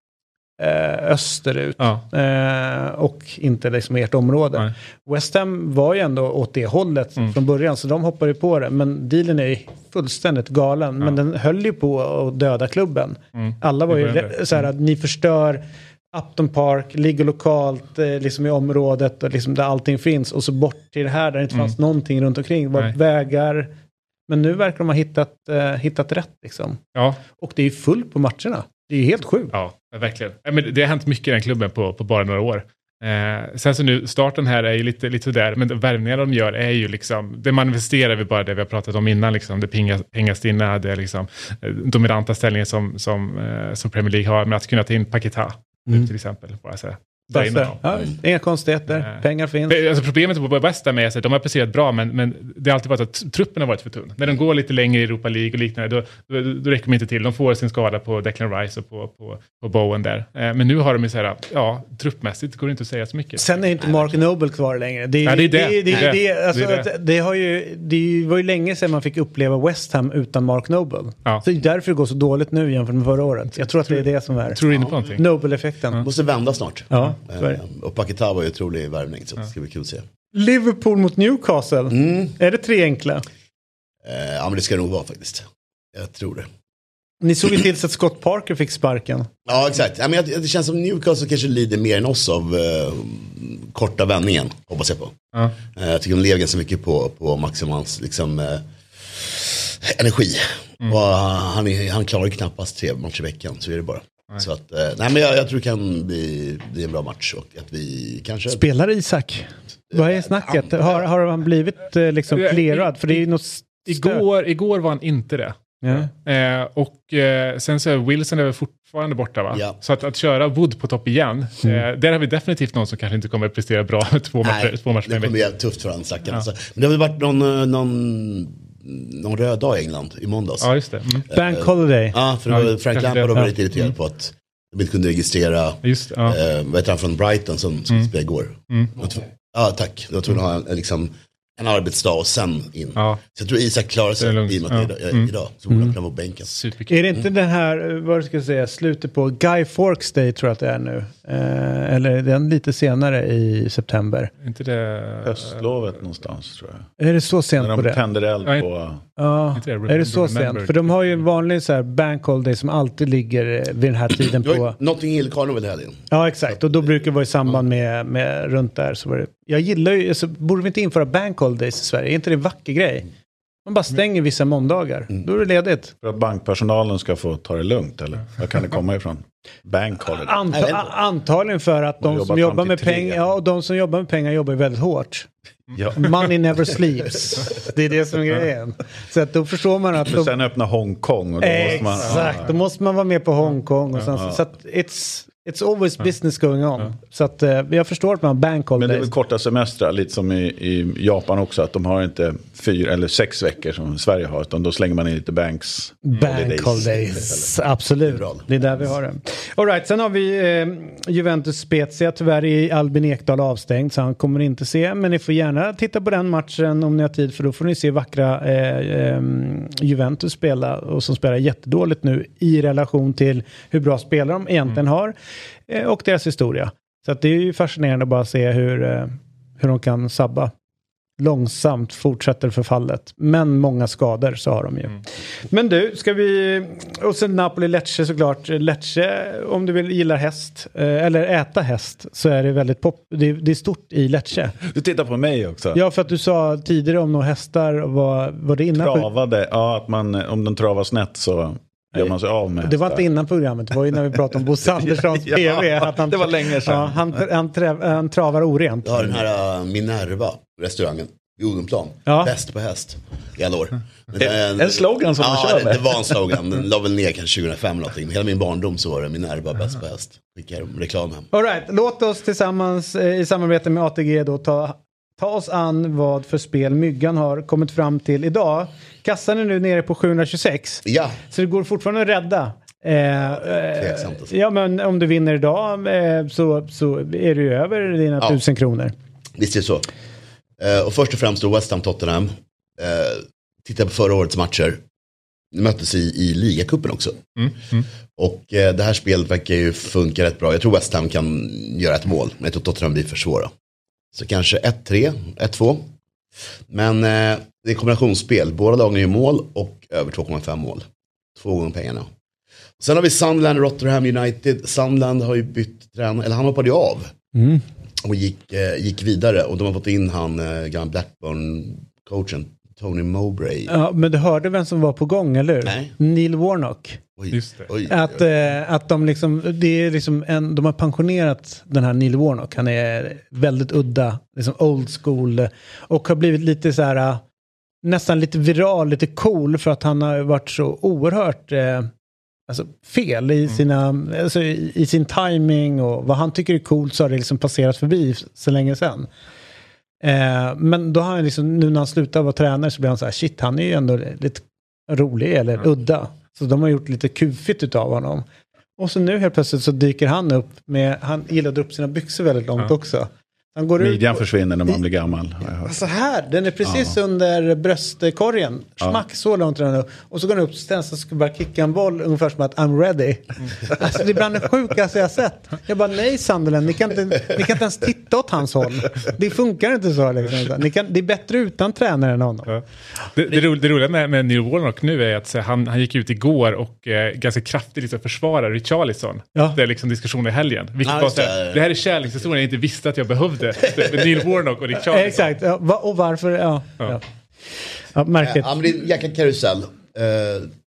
Eh, österut ja. eh, och inte liksom ert område. Nej. West Ham var ju ändå åt det hållet mm. från början, så de hoppade på det, men dealen är fullständigt galen, ja. Men den höll ju på att döda klubben. Mm. Alla var ju re- så här att ni förstör Upton Park, ligger lokalt eh, liksom i området och liksom där allting finns, och så bort till det här där det inte mm. fanns någonting runt omkring, var vägar, men nu verkar de ha hittat, eh, hittat rätt liksom. Ja. Och det är fullt på matcherna. Det är helt sjukt. Ja, verkligen. Men det har hänt mycket i den klubben på, på bara några år. Eh, sen så nu, starten här är ju lite, lite där, men värvningar de gör är ju liksom, det manifesterar vi bara det vi har pratat om innan, liksom, det pengastinna, det är liksom dominanta ställningen som, som, eh, som Premier League har, med att kunna ta in Paketa mm. till exempel. Bara så här. Ja, mm. Inga konstigheter, äh, pengar finns. Alltså problemet på West Ham är att de har presterat bra, men, men det har alltid varit att truppen har varit för tunn. När de går lite längre i Europa League och liknande, då, då, då räcker de inte till. De får sin skada på Declan Rice och på, på, på Bowen där. Eh, men nu har de ju så här, ja, truppmässigt går det inte att säga så mycket. Sen är inte Mark Noble kvar längre. Det, är, Nej, det är det. Det, det, det, det, alltså, det, det. det, har ju, det var ju länge sedan man fick uppleva West Ham utan Mark Noble. Ja. Så det är därför det går så dåligt nu jämfört med förra året. Jag tror att det är det som är. Tror du inne på någonting? Noble-effekten. Ja. Måste vända snart. Ja, eh, och Paketa var ju otrolig värvning, så det ska bli kul att se. Liverpool mot Newcastle. Mm. Är det tre enkla? Eh, ja, men det ska nog vara faktiskt. Jag tror det. Ni såg ju till så att Scott Parker fick sparken. Ja, exakt. Ja, men det känns som Newcastle kanske lider mer än oss av eh, korta vändningen, hoppas jag på. Ja. Eh, jag tycker de lever ganska mycket på, på Maximans liksom, eh, energi. Mm. Och han, är, han klarar knappast tre matcher i veckan, så är det bara. Nej. Så att, eh, nej men jag, jag tror det kan bli, bli en bra match och att vi kanske... Spelar Isak? Vad är snacket? Har, har han blivit eh, liksom clearad? För det är något igår, igår var han inte det. Ja. Eh, och eh, sen så är Wilson är väl fortfarande borta, va? Ja. Så att, att köra Wood på topp igen, mm. eh, där har vi definitivt någon som kanske inte kommer att prestera bra två matcher. Nej, två matcher det kommer bli tufft för han, Saka. Ja. Alltså. Men det har väl varit någon, någon, någon röd dag i England i måndags. Ja, just det. Mm. Uh, Bank holiday. Ja, för ja, Frank Lampard var väldigt irriterad mm. på att de inte kunde registrera just, ja. uh, vad heter han från Brighton som, som mm. spelade igår. Mm. Ja, tack. Jag tror att ha liksom en arbetsdag och sen in. Ja. Så jag tror Isak klarar sig i och med att ja. mm. idag. Så borde han kunna vara bänken. Superkul. Är det inte den här, vad ska jag säga, slutet på Guy Fawkes Day tror jag att det är nu. Eh, eller är den lite senare i september? Inte det... Höstlovet någonstans tror jag. Är det så sent när på de det? tänder eld ja, på... Ja, det är det så sent? För de har ju en vanlig så här bank holiday som alltid ligger vid den här tiden på... Notting Hill Carnival helgen. Ja, exakt. Och då brukar det vara i samband med, med runt där. Så var det... Jag gillar ju, alltså, borde vi inte införa bank holidays i Sverige? Är inte det en vacker grej? Man bara stänger vissa måndagar. Mm. Då är det ledigt. För att bankpersonalen ska få ta det lugnt, eller? Var kan det komma ifrån? Bank holiday. Anta- antagligen för att de som jobbar med pengar, ja, och de som jobbar med pengar jobbar väldigt hårt. Ja. Money never sleeps. Det är det som är grejen. Så att då förstår man att... Men de... sen öppna Hongkong. Och då exakt, måste man, ah. då måste man vara med på Hongkong. Och sen, ja. Så att it's... It's always business going on. Ja. Så att uh, jag förstår att man har bank holidays. Men det är väl korta semestrar, lite som i, i Japan också. Att de har inte fyra eller sex veckor som Sverige har. Utan då slänger man in lite banks bank holidays. holidays. Absolut. Det är där vi har det. All right, sen har vi eh, Juventus Spezia. Tyvärr är Albin Ekdal avstängd. Så han kommer inte se. Men ni får gärna titta på den matchen om ni har tid. För då får ni se vackra eh, eh, Juventus spela. Och som spelar jättedåligt nu. I relation till hur bra spelare de egentligen mm. har. Och deras historia. Så att det är ju fascinerande att bara se hur, hur de kan sabba. Långsamt fortsätter förfallet. Men många skador så har de ju. Mm. Men du, ska vi... Och sen Napoli-Lecce såklart. Lecce, om du vill gilla häst. Eller äta häst. Så är det väldigt pop... Det är, det är stort i Lecce. Du tittar på mig också. Ja, för att du sa tidigare om några hästar. Vad var det innan? Travade. Ja, att man, om den travar snett så... gör man sig av med det var inte innan programmet, det var ju när vi pratade om Bosse Anderssons ja, P V. Att han, det var länge sedan. Ja, han, han, träv, han travar orent. Ja, den här uh, Minerva, restaurangen i Odenplan. Ja. Bäst på häst i alla år. En, en slogan som ja, man kör det, med. det var en slogan, den la väl ner kanske tjugohundrafem eller någonting. Hela min barndom så var det Minerva, bäst på häst. Skickar reklam hem. All right, låt oss tillsammans eh, i samarbete med A T G då ta... Ta oss an vad för spel Myggan har kommit fram till idag. Kassan är nu nere på sjuhundratjugosex. Ja. Så det går fortfarande att rädda. Eh, eh, alltså. Ja, men om du vinner idag eh, så, så är du över dina ja. tusen kronor. Visst är det så. Eh, och först och främst då West Ham Tottenham. Eh, titta på förra årets matcher. De möttes i, i ligacupen också. Mm. Mm. Och eh, det här spelet verkar ju funka rätt bra. Jag tror West Ham kan göra ett mål. Men jag tror Tottenham blir för svåra. Så kanske ett tre, ett två. Men eh, det är kombinationsspel. Båda lagen gör mål och över två komma fem mål. Två gånger pengarna. Sen har vi Sunderland och Rotherham United. Sunderland har ju bytt tränare, eller han hoppade ju av. Mm. Och gick, eh, gick vidare. Och de har fått in han, eh, gamla Blackburn-coachen, Tony Mowbray. Ja, men du hörde vem som var på gång, eller hur? Nej. Neil Warnock. Oj, Just det. Oj, att, oj. Eh, att de liksom, det är liksom en, de har pensionerat den här Neil Warnock. Han är väldigt udda, liksom old school. Och har blivit lite så här, nästan lite viral, lite cool. För att han har varit så oerhört eh, alltså, fel i, sina, mm. alltså, i, i sin timing. Och vad han tycker är coolt så har det liksom passerat förbi så länge sedan. Eh, men då har han liksom, nu när han slutar vara tränare så blir han så här, shit, han är ju ändå lite rolig eller mm. udda. Så de har gjort lite kufigt utav honom. Och så nu helt plötsligt så dyker han upp med, han gillade upp sina byxor väldigt långt ja. också. Han går Midjan ut, försvinner när man blir gammal. Så här, den är precis ja. under bröstkorgen. Smack ja. så långt den. Och så går han upp och så ska bara kicka en boll ungefär som att I'm ready. Mm. Alltså det är bland det sjukaste jag sett. Jag bara, nej Sunderland, ni kan inte, ni kan inte ens titta åt hans håll. Det funkar inte så. Liksom. Ni kan, det är bättre utan tränare än honom. Ja. Det, det, ro, det roliga med, med Neil Warnock nu är att så, han, han gick ut igår och eh, ganska kraftigt liksom, försvarar Richarlison. Ja. Det är liksom diskussion i helgen. Vilket var, så här, det här är kärlekshistorien jag inte visste att jag behövde. Neil Warnock och Richarlison. Exakt, ja, och varför? Ja, ja. ja. ja märkligt. Ja, men det är en jäkla karusell. Uh,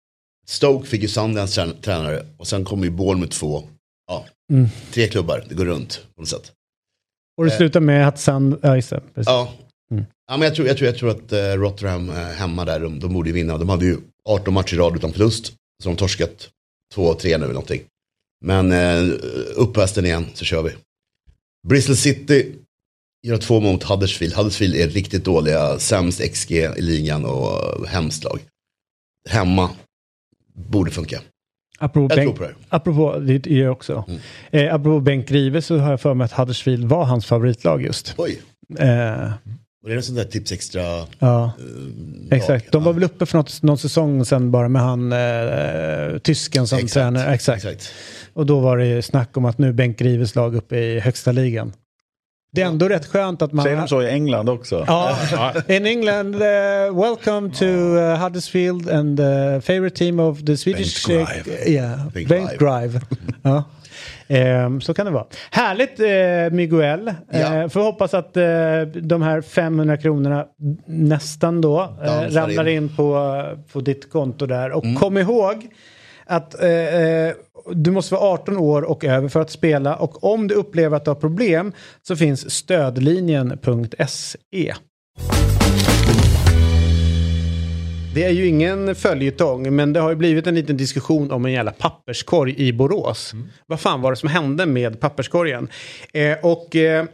Stoke fick ju Sundance trän- tränare. Och sen kom ju Bournemouth två. Ja, Mm. tre klubbar. Det går runt på något sätt. Och det slutar med att Sand... Ja, just det. Precis. Ja. Mm. Ja, men jag tror, jag tror, jag tror att uh, Rotherham uh, hemma där, de, de borde ju vinna. De hade ju arton matcher i rad utan förlust. Så de torskat två tre nu eller någonting. Men uh, upp hästen igen så kör vi. Bristol City gör två mot Huddersfield. Huddersfield är riktigt dåliga. Sämst X G i ligan och hemskt lag. Hemma borde funka. Apropå jag Bengt, tror på det. apropå, det gör jag också. Mm. Eh, apropå Bengt Grive så har jag för mig att Huddersfield var hans favoritlag just. Oj. Eh, Och det är en sån där tips extra. ja, eh, exakt. De var väl uppe för något, någon säsong sen bara med han eh, tysken som Exakt. tränare. Exakt. Exakt. Och då var det snack om att nu Bengt Grives lag uppe i högsta ligan. Det är ändå rätt skönt att man... Säger de så i England också? Ja, in England, uh, welcome to uh, Huddersfield and the favorite team of the Swedish... Bengt Grive. Uh, yeah, Bengt Bengt Grive. Ja. Um, så kan det vara. Härligt uh, Miguel. Ja. Uh, får hoppas att uh, de här femhundra kronorna nästan då uh, ramlar in, in på, uh, på ditt konto där. Och mm. kom ihåg att uh, uh, du måste vara arton år och över för att spela. Och om du upplever att du har problem så finns stödlinjen punkt se. Det är ju ingen följetong, men det har ju blivit en liten diskussion om en jävla papperskorg i Borås. Mm. Vad fan var det som hände med papperskorgen? Eh, och eh,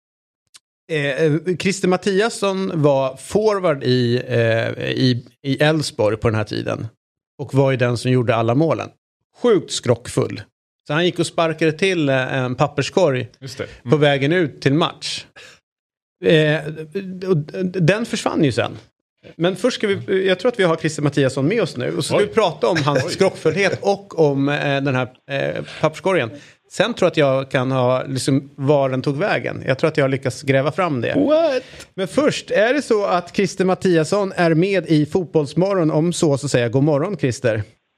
eh, Christer Mattiasson var forward i, eh, i, i Elfsborg på den här tiden. Och var ju den som gjorde alla målen. Sjukt skrockfull. Så han gick och sparkade till en papperskorg Just det. Mm. på vägen ut till match. Eh, och den försvann ju sen. Men först ska vi, jag tror att vi har Christer Mattiasson med oss nu. Och så ska Oj. vi prata om hans Oj. skrockfullhet och om eh, den här eh, papperskorgen. Sen tror jag att jag kan ha liksom, var den tog vägen. Jag tror att jag har lyckats gräva fram det. What? Men först, är det så att Christer Mattiasson är med i Fotbollsmorgon? Om så så säger jag god morgon Christer.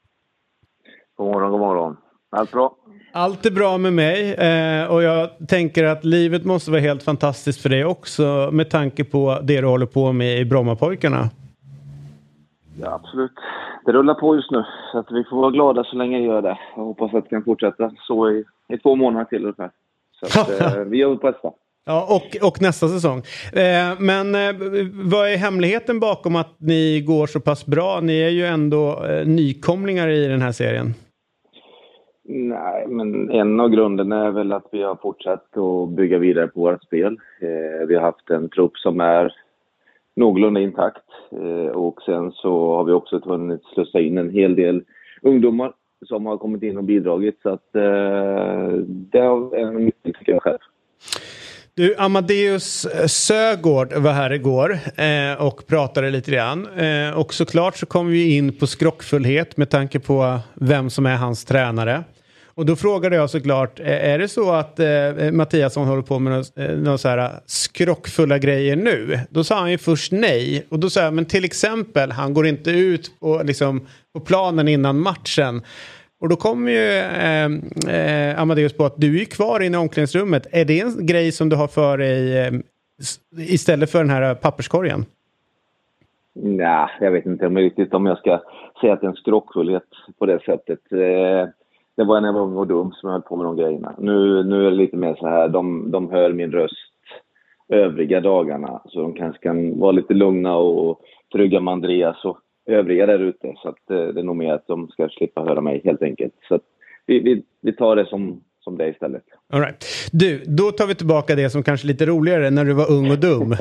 God morgon, god morgon. Allt bra? Allt är bra med mig eh, och jag tänker att livet måste vara helt fantastiskt för dig också med tanke på det du håller på med i Brommapojkarna. Ja, absolut. Det rullar på just nu så att vi får vara glada så länge det gör det. Jag hoppas att det kan fortsätta så i, i två månader till ungefär. Så att, eh, vi gör det på bästa. Ja, och, och nästa säsong. Eh, men eh, vad är hemligheten bakom att ni går så pass bra? Ni är ju ändå eh, nykomlingar i den här serien. Nej, men en av grunderna är väl att vi har fortsatt att bygga vidare på vårt spel. Eh, vi har haft en trupp som är någorlunda intakt. Eh, och sen så har vi också hunnit slussa in en hel del ungdomar som har kommit in och bidragit. Så att eh, det är en mycket tycker jag själv. Du, Amadeus Sögård var här igår eh, och pratade lite grann. Eh, och såklart så kom vi in på skrockfullhet med tanke på vem som är hans tränare. Och då frågade jag såklart, är det så att eh, Mattiasson håller på med några, eh, några så här skrockfulla grejer nu? Då sa han ju först nej. Och då sa jag, men till exempel, han går inte ut på, liksom, på planen innan matchen. Och då kommer ju eh, eh, Amadeus på att du är kvar inne i omklädningsrummet. Är det en grej som du har för dig eh, istället för den här papperskorgen? Nej, jag vet inte om, riktigt om jag ska säga att det är en skrockfullhet på det sättet. Eh, det var när jag var ung och dum som jag höll på med de grejerna. Nu, nu är det lite mer så här, de, de hör min röst övriga dagarna. Så de kanske kan vara lite lugna och trygga med Andreas och övriga där ute. Så att, eh, det är nog mer att de ska slippa höra mig helt enkelt. Så att vi, vi, vi tar det som, som det istället. All right. Du, då tar vi tillbaka det som kanske är lite roligare när du var ung och dum.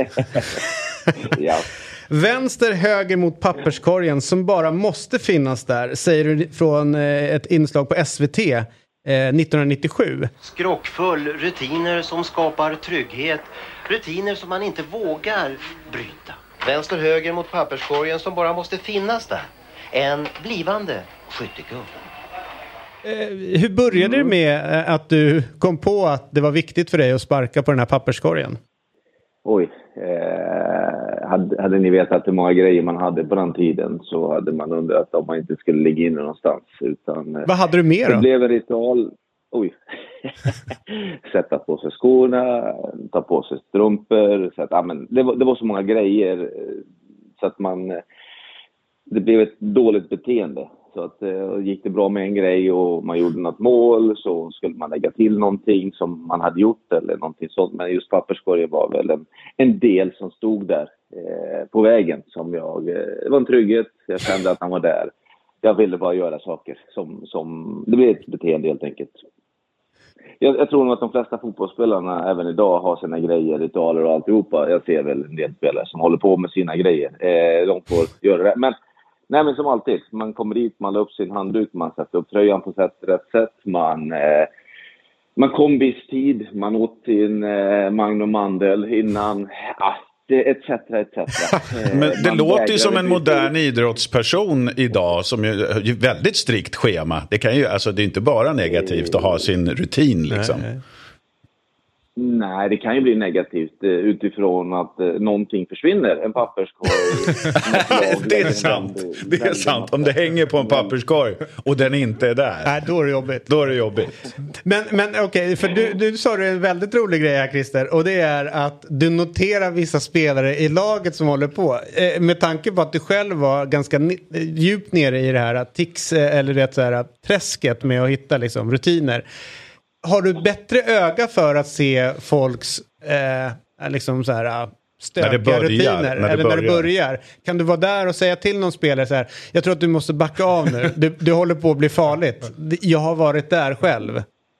Ja. Vänster, höger mot papperskorgen som bara måste finnas där, säger du från eh, ett inslag på S V T eh, nittonhundranittiosju. Skrockfull, rutiner som skapar trygghet, rutiner som man inte vågar bryta. Vänster, höger mot papperskorgen som bara måste finnas där. En blivande skyttekung. Eh, hur började det med eh, att du kom på att det var viktigt för dig att sparka på den här papperskorgen? Oj, eh, hade, hade ni vetat hur många grejer man hade på den tiden så hade man undrat om man inte skulle ligga inne någonstans. Utan, eh, Vad hade du mer då? Det blev en ritual. Oj. Sätta på sig skorna, ta på sig strumpor. Så att, ja, men det, var, det var så många grejer så att man... Det blev ett dåligt beteende. Så att, eh, gick det bra med en grej och man gjorde något mål så skulle man lägga till någonting som man hade gjort eller någonting sånt. Men just papperskorgen var väl en, en del som stod där eh, på vägen. Som jag, eh, det var en trygghet, jag kände att han var där. Jag ville bara göra saker som, som det blev ett beteende helt enkelt. Jag, jag tror nog att de flesta fotbollsspelarna även idag har sina grejer, ritualer och alltihopa. Jag ser väl en del spelare som håller på med sina grejer. Eh, de får göra det. Men, nej, men som alltid, man kommer dit, man la upp sin handduk, man sätter upp tröjan på sätt, rätt sätt. Man, eh, man kom viss tid, man åt sin eh, Magnum Mandel innan... Ah, et cetera, et cetera. Men det man låter ju som en modern idrottsperson idag som är väldigt strikt schema. Det kan ju, alltså det är inte bara negativt att ha sin rutin liksom. Nej, Nej det kan ju bli negativt utifrån att eh, någonting försvinner. En papperskorg. Det är sant. Det är sant. Om det hänger på en papperskorg och den inte är där. Nej, då är det jobbigt. Då är det jobbigt. Men, men okej, okay, för du, du sa det en väldigt rolig grej här, Christer. Och det är att du noterar vissa spelare i laget som håller på. Eh, med tanke på att du själv var ganska ni- djupt nere i det här tix, eller det så här, träsket med att hitta liksom, rutiner. Har du bättre öga för att se folks eh, liksom så här stökiga börjar, rutiner när det eller börjar. när det börjar? Kan du vara där och säga till någon spelare så här, jag tror att du måste backa av nu. Du, du håller på att bli farligt. Jag har varit där själv.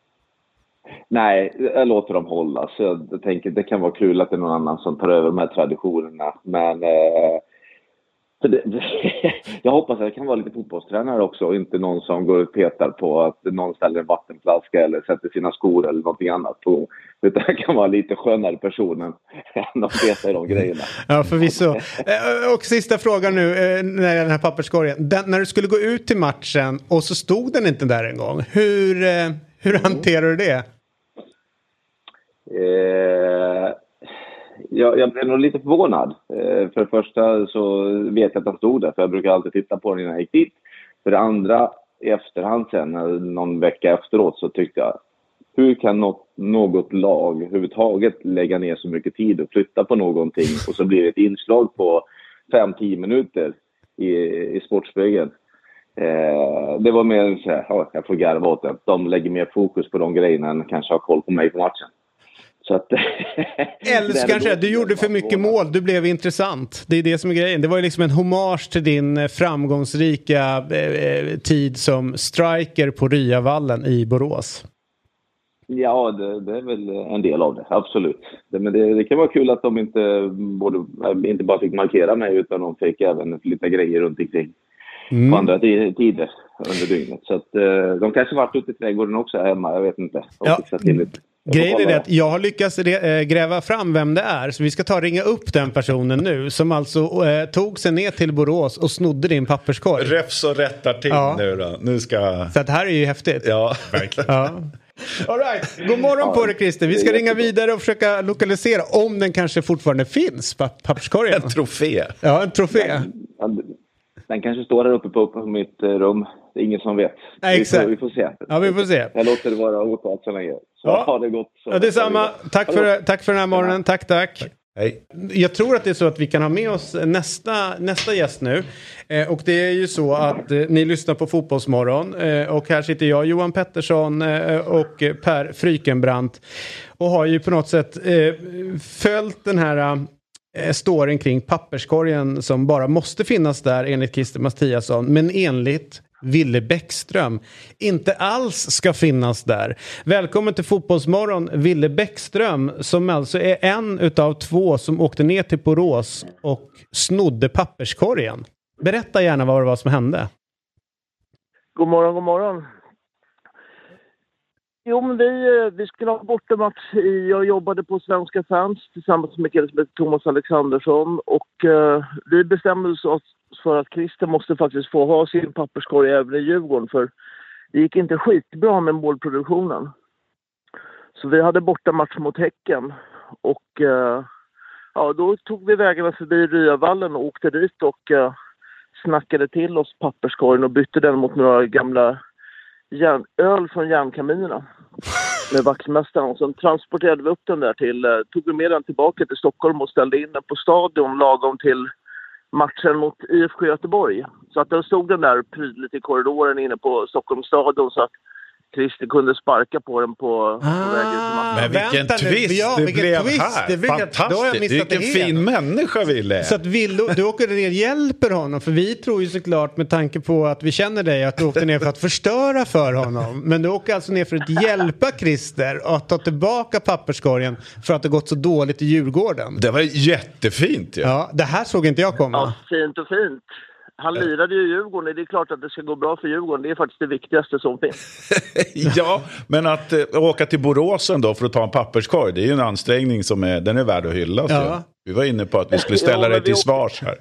Nej, jag låter dem hålla. Så jag tänker det kan vara kul att det är någon annan som tar över de här traditionerna. Men eh, för det, jag hoppas att det kan vara lite fotbollstränare också. Och inte någon som går och petar på att någon ställer en vattenflaska eller sätter sina skor eller någonting annat på. Utan det kan vara lite skönare personen än att peta i de grejerna. Ja, förvisso. Och sista frågan nu, när den här papperskorgen. Den, när du skulle gå ut till matchen och så stod den inte där en gång. Hur, hur hanterar du det? Eh, jag, jag blev nog lite förvånad. Eh, för det första så vet jag att den stod där. För jag brukar alltid titta på den innan jag gick dit. För det andra, i efterhand sen, någon vecka efteråt så tyckte jag, hur kan något, något lag överhuvudtaget lägga ner så mycket tid och flytta på någonting och så blir det ett inslag på fem till tio minuter i, i Sportspegeln. Eh, det var mer så här, ja, jag får garva åt det. De lägger mer fokus på de grejerna än kanske har koll på mig på matchen. Så att, Eller så kanske du gjorde för mycket mål, du blev intressant. Det är det som är grejen. Det var ju liksom en hommage till din framgångsrika eh, tid som striker på Ryavallen i Borås. Ja, det, det är väl en del av det, absolut. Det, men det, det kan vara kul att de inte, både, inte bara fick markera mig utan de fick även lite grejer runt omkring mm. på andra tider under dygnet. Så att, de kanske varit ute i trädgården också hemma, jag vet inte. Ja. Grejen är det att jag har lyckats gräva fram vem det är. Så vi ska ta och ringa upp den personen nu. Som alltså eh, tog sig ner till Borås och snodde din papperskorg. Räfs och rättar till ja. nu då. Nu ska... Så det här är ju häftigt. Ja, verkligen. Ja. All right. God morgon på dig, Christer. Vi ska ringa vidare och försöka lokalisera om den kanske fortfarande finns, papperskorgen. En trofé. Ja, en trofé. Den, den kanske står där uppe på, på mitt rum. Det är ingen som vet. Nej, exakt. Vi får, vi får se. Ja, vi får se. Jag låter det vara otalt så länge. Så ja. har det gått. Så ja, det är samma. Tack för, tack för den här morgonen. Tack, tack. Hej. Jag tror att det är så att vi kan ha med oss nästa, nästa gäst nu. Eh, och det är ju så att eh, ni lyssnar på Fotbollsmorgon. Eh, och här sitter jag, Johan Pettersson eh, och Per Frykenbrant. Och har ju på något sätt eh, följt den här eh, storyn kring papperskorgen som bara måste finnas där enligt Christer Mattiasson. Men enligt Ville Bäckström inte alls ska finnas där. Välkommen till Fotbollsmorgon, Ville Bäckström, som alltså är en utav två som åkte ner till Borås och snodde papperskorgen. Berätta gärna vad det var som hände. God morgon, god morgon. Jo, men vi, vi skulle ha bortamatch i, jag jobbade på Svenska Fans tillsammans med kille som heter Thomas Alexandersson och uh, vi bestämde oss för att Christer måste faktiskt få ha sin papperskorg även i Djurgården för det gick inte skitbra med målproduktionen. Så vi hade bortamatch mot Häcken och uh, ja, då tog vi vägarna förbi Ryavallen och åkte dit och uh, snackade till oss papperskorgen och bytte den mot några gamla järn, öl från järnkaminerna med vaktmästaren. Och sen transporterade vi upp den där till, uh, tog vi med den tillbaka till Stockholm och ställde in den på stadion lagom till matchen mot I F K Göteborg. Så att då stod den där prydligt i korridoren inne på Stockholms stadion så att Christer kunde sparka på den på, ah, på vägen till matchen. Men vilken twist ja, det blev twist. Här. Det fantastiskt. Vilken fin människa Ville. Så att Ville, du åker ner och hjälper honom. För vi tror ju såklart med tanke på att vi känner dig att du åkte ner för att förstöra för honom. Men du åker alltså ner för att hjälpa Christer och att ta tillbaka papperskorgen för att det gått så dåligt i Djurgården. Det var jättefint. Ja, ja det här såg inte jag komma. Ja, fint och fint. Han lirade ju Djurgården. Det är klart att det ska gå bra för Djurgården. Det är faktiskt det viktigaste som finns. Ja, men att äh, åka till Boråsen då för att ta en papperskorg, det är ju en ansträngning som är, den är värd att hyllas. Ja. Vi var inne på att vi skulle ställa dig till åker... svars här.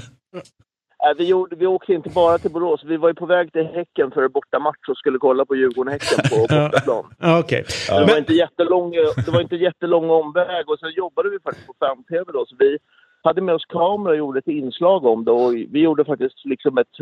Nej, vi, gjorde, vi åkte inte bara till Borås. Vi var ju på väg till Häcken för bortamatch och skulle kolla på Djurgården-Häcken på bortaplan. Okay. Ja. Det, var inte jättelång, det var inte jättelång omväg och sen jobbade vi faktiskt på fem-T V då. Så vi hade med oss kamera och gjorde ett inslag om det och vi gjorde faktiskt liksom ett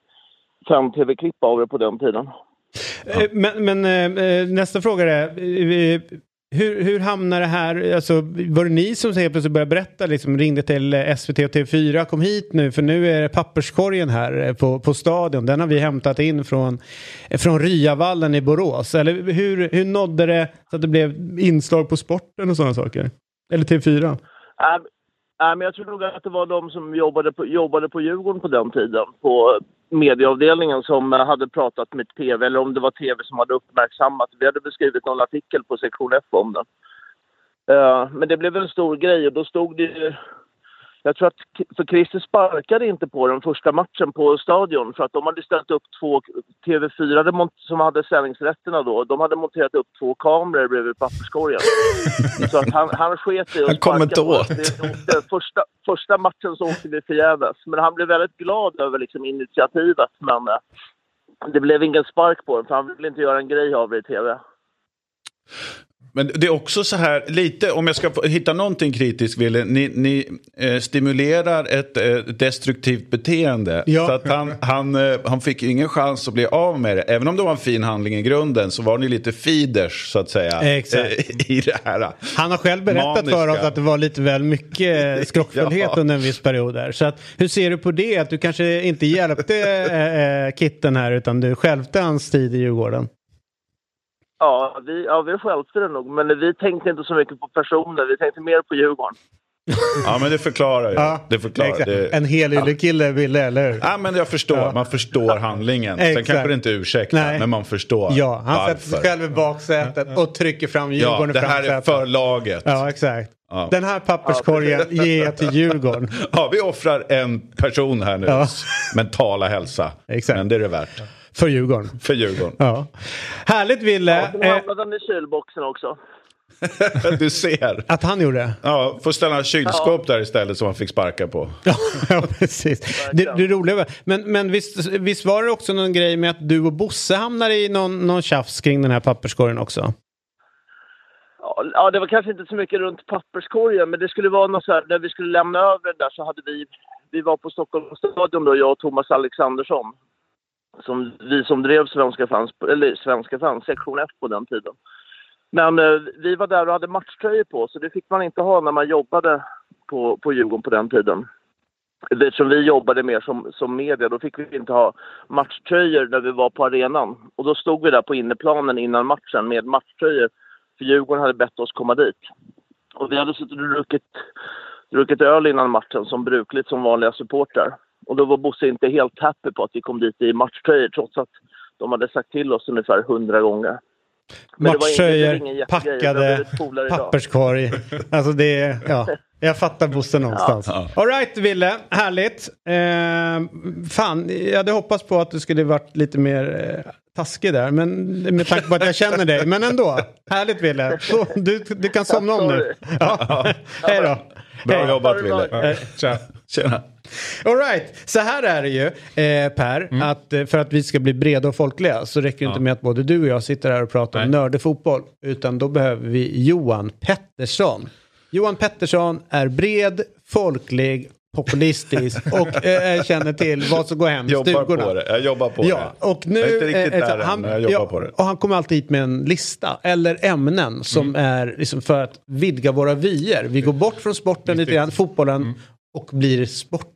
fem-T V-klipp av det på den tiden. Ja. Men, men äh, nästa fråga är äh, hur, hur hamnar det här, alltså var det ni som helt plötsligt började berätta, liksom ringde till S V T och T V fyra, kom hit nu för nu är det papperskorgen här på, på stadion, den har vi hämtat in från, från Ryavallen i Borås, eller hur, hur nådde det så att det blev inslag på sporten och sådana saker? Eller T V fyra? Äh, Nej, men jag tror nog att det var de som jobbade på, jobbade på Djurgården på den tiden, på medieavdelningen, som hade pratat med T V, eller om det var T V som hade uppmärksammat. Vi hade beskrivit någon artikel på sektion F om den. Uh, men det blev en stor grej och då stod det... Jag tror att för Christer sparkade inte på den första matchen på stadion för att de hade ställt upp två T V fyra som hade sändningsrätterna då. De hade monterat upp två kameror bredvid papperskorgen. Så att han, han sket i att han kom inte åt. Första, första matchen så åkte vi förgäves. Men han blev väldigt glad över liksom initiativet. Men det blev ingen spark på den för han ville inte göra en grej av det i T V. Men det är också så här, lite, om jag ska hitta någonting kritiskt, Ville, ni, ni eh, stimulerar ett eh, destruktivt beteende. Ja. Så att han, han, eh, han fick ingen chans att bli av med det. Även om det var en fin handling i grunden så var ni lite feeders, så att säga, eh, i det här. Han har själv berättat maniska. för oss att det var lite väl mycket skrockfullhet ja. under en viss period där. Så att, hur ser du på det? Att du kanske inte hjälpte eh, Kitten här utan du självte hans tid i Djurgården? Ja, vi, ja, vi skälpte det nog. Men vi tänkte inte så mycket på personer. Vi tänkte mer på Djurgården. Ja, men det förklarar ju. Ja, det förklarar. Det, en hel ja. kille ville, eller hur? Ja, men jag förstår. Ja. Man förstår handlingen. Sen kanske det inte ursäkta, Nej. men man förstår Ja, han varför. sätter sig själv i baksätet och trycker fram Djurgården. Ja, det här är för laget. Ja, exakt. Ja. Den här papperskorgen ja, ger jag till Djurgården. Ja, vi offrar en person här nu. Ja. Mentala hälsa. Exakt. Men det är det värt. För Djurgården. För Djurgården. Ja. Härligt, Ville. Ja, sen hamnade den i kylboxen också. Du ser. Att han gjorde det? Ja, får ställa en kylskåp ja. där istället som han fick sparka på. Ja, precis. Det, det är roligt. Men, men visst, visst var det också någon grej med att du och Bosse hamnade i någon, någon tjafs kring den här papperskorgen också? Ja, det var kanske inte så mycket runt papperskorgen, men det skulle vara något så här, när vi skulle lämna över den där så hade vi, vi var på Stockholms stadion då, jag och Thomas Alexandersson. Som, vi som drev Svenska fans, eller Svenska fans, sektion F på den tiden. Men eh, vi var där och hade matchtröjor på, så det fick man inte ha när man jobbade på, på Djurgården på den tiden. Eftersom vi jobbade mer som, som media, då fick vi inte ha matchtröjor när vi var på arenan. Och då stod vi där på inneplanen innan matchen med matchtröjor, för Djurgården hade bett oss komma dit. Och vi hade suttit och druckit, druckit öl innan matchen som brukligt som vanliga supportrar. Och då var Bosse inte helt happy på att vi kom dit i matchtröjor trots att de hade sagt till oss ungefär hundra gånger. Matchtröjor, packade, papperskorg. Alltså det är, ja, jag fattar Bosse någonstans. Ja. All right, Ville, härligt. Eh, fan, jag hade hoppats på att du skulle varit lite mer eh, taskig där, men med tanke på att jag känner dig. Men ändå, härligt Ville. Så, du, du kan somna om nu. Ja. Hej då. Bra Hej. jobbat, Ville. Ja. Tja. Tjena. All right, så här är det ju eh, Per, mm. att eh, för att vi ska bli breda och folkliga så räcker det ja. inte med att både du och jag sitter här och pratar Nej. om nördefotboll, utan då behöver vi Johan Pettersson. Johan Pettersson är bred, folklig, populistisk och eh, känner till vad som går hem i stugorna. På det. Jag jobbar på ja, det. Och nu, jag är inte riktigt eh, där han, än, jag jobbar ja, på det. Och han kommer alltid hit med en lista eller ämnen som mm. är liksom för att vidga våra vyer. Vi går bort från sporten lite grann, fotbollen, mm. och blir sport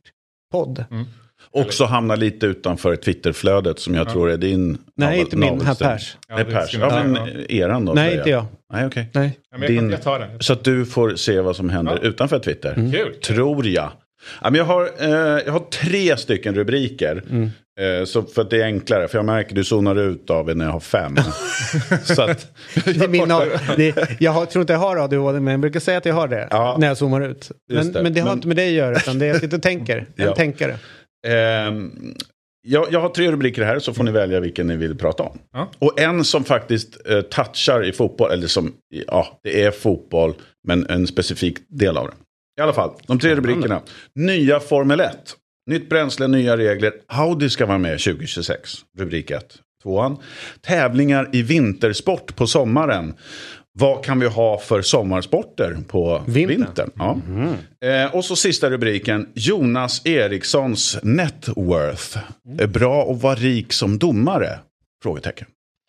podd. Mm. Också hamna lite utanför Twitterflödet som jag ja. tror är din. Nej, av, inte min, här Pers. Ja, det är Pers. Ja, men ja. eran då? Nej, inte jag. Nej, okej. Okay. Nej. Ja, men jag, jag tar den. Så att du får se vad som händer ja. utanför Twitter. Mm. Kul. Tror jag. Ja, men jag, har, eh, jag har tre stycken rubriker. Mm. Eh, så för att det är enklare. För jag märker att du zonar ut av när jag har fem. Så att, det är min, det, jag har, tror inte jag har A D H D, men jag brukar säga att jag har det. Ja. När jag zoomar ut. Men det, men det har men, inte med det att göra. Utan det är att jag sitter och tänker. En ja. tänkare. Eh, jag, jag har tre rubriker här. Så får ni välja vilken ni vill prata om. Ja. Och en som faktiskt eh, touchar i fotboll. Eller som, ja, det är fotboll. Men en specifik del av det. I alla fall, de tre rubrikerna. Nya Formel ett. Nytt bränsle, nya regler. Audi ska vara med tjugo tjugosex. Rubrik ett. Tvåan. Tävlingar i vintersport på sommaren. Vad kan vi ha för sommarsporter på vintern? vintern? Ja. Mm. Eh, och så sista rubriken. Jonas Erikssons net worth. Är bra att vara rik som domare? Frågetecken.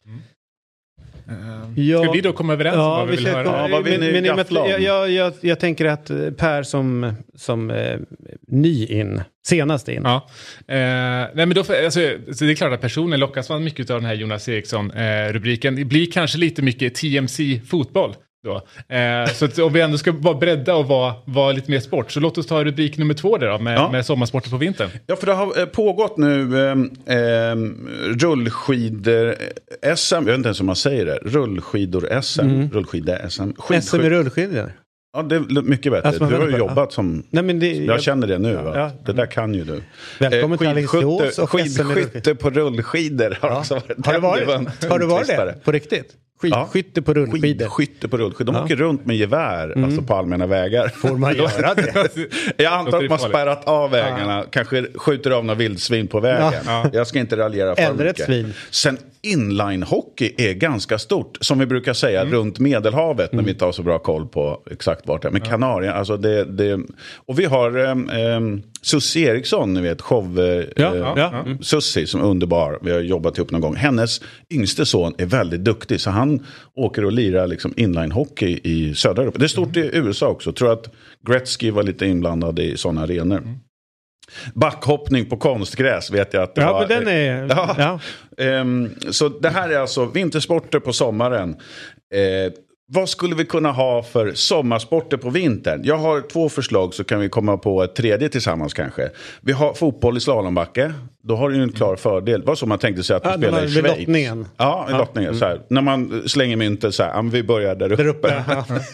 Ja, ska vi då komma överens ja, om vad vi, vi vill höra? Ja, vad vill men, men, men, jag, jag, jag, jag tänker att Per som, som eh, ny in, senast in. Ja. Eh, nej, men då, alltså, så det är klart att personen lockas man mycket av den här Jonas Eriksson-rubriken. Eh, det blir kanske lite mycket T M C-fotboll. Då. Eh, så att om vi ändå ska vara beredda och vara, vara lite mer sport, så låt oss ta rubrik nummer två där då, med, ja. med sommarsporter på vintern. Ja, för det har eh, pågått nu eh, eh, rullskidor-S M, jag vet inte ens om man säger det, rullskidor-S M, mm. rullskidor-S M. S M i rullskidor? Ja, det är mycket bättre. Alltså, du har ju jobbat ja. som... Nej, men det, jag, jag känner det nu. Va? Ja. Det där kan ju du. Välkommen till Alingsås och skidskytte på rullskidor. Har, ja. varit har du varit, har du varit det? På riktigt? Skidskytte på rullskidor. Skidskytte på rullskidor. De ja. åker runt med gevär mm. alltså på allmänna vägar. Får man göra det? Jag antar att man spärrat av vägarna. Ja. Kanske skjuter av några vildsvin på vägen. Ja. Jag ska inte raljera för Eller mycket. Ett svin. Sen inline-hockey är ganska stort. Som vi brukar säga, mm. runt Medelhavet. Mm. När vi inte har så bra koll på exakt vart det är. Men ja. Kanarien, alltså det, det... Och vi har um, Susie Eriksson, ni vet, show... Ja. Uh, ja. Mm. Susie som är underbar. Vi har jobbat ihop någon gång. Hennes yngste son är väldigt duktig. Så han åker och lirar liksom inline-hockey i södra Europa. Det är stort i U S A också. Jag tror att Gretzky var lite inblandad i sådana arenor. Mm. Backhoppning på konstgräs vet jag att det ja, var. Men den är... Ja. Ja. Um, så det här är alltså vintersporter på sommaren. Uh, vad skulle vi kunna ha för sommarsporter på vintern? Jag har två förslag, så kan vi komma på ett tredje tillsammans kanske. Vi har fotboll i slalombacke. Då har du ju en klar fördel. Vad som man tänkte sig att ja, du spelar i Schweiz. Lottningen. Ja, i ja. lottningen. Så här. När man slänger myntet så här, vi börjar där uppe. Där uppe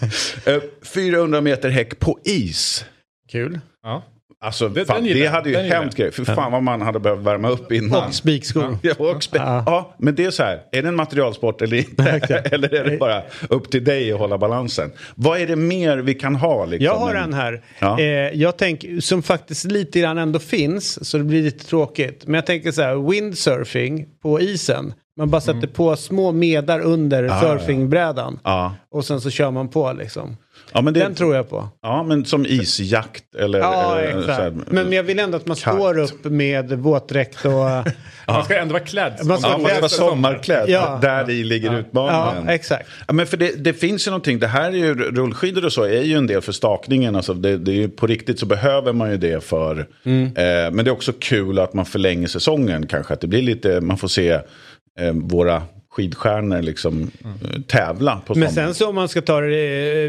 ja. fyrahundra meter häck på is. Kul. Ja. Alltså, det, fan, det hade ju hänt grejer. För fan vad man hade behövt värma upp innan. Och spikskor. Ja, och spe- ja. ja, men det är så här. Är det en materialsport eller inte? Okay. Eller är det bara upp till dig att hålla balansen? Vad är det mer vi kan ha? Liksom? Jag har en här. Ja. Eh, jag tänker, som faktiskt lite grann ändå finns. Så det blir lite tråkigt. Men jag tänker så här. Windsurfing på isen. Man bara sätter mm. på små medar under ah, surfingbrädan. Ja. Och sen så kör man på liksom. Ja, men det, den tror jag på. Ja, men som isjakt eller... Ja, eller exakt. Här, men jag vill ändå att man kart. står upp med våtdräkt och... ja. Man ska ändå vara klädd. Man ska, ja, man ska vara sommarklädd. Ja. Där i ligger ja. utmaningen. Ja, exakt. Ja, men för det, det finns ju någonting. Det här är ju, rullskidor och så är ju en del för stakningen. Alltså det, det är ju, på riktigt så behöver man ju det för... Mm. Eh, men det är också kul att man förlänger säsongen kanske. Att det blir lite... Man får se eh, våra... skidstjärnor liksom mm. tävla på men sen så om man ska ta det,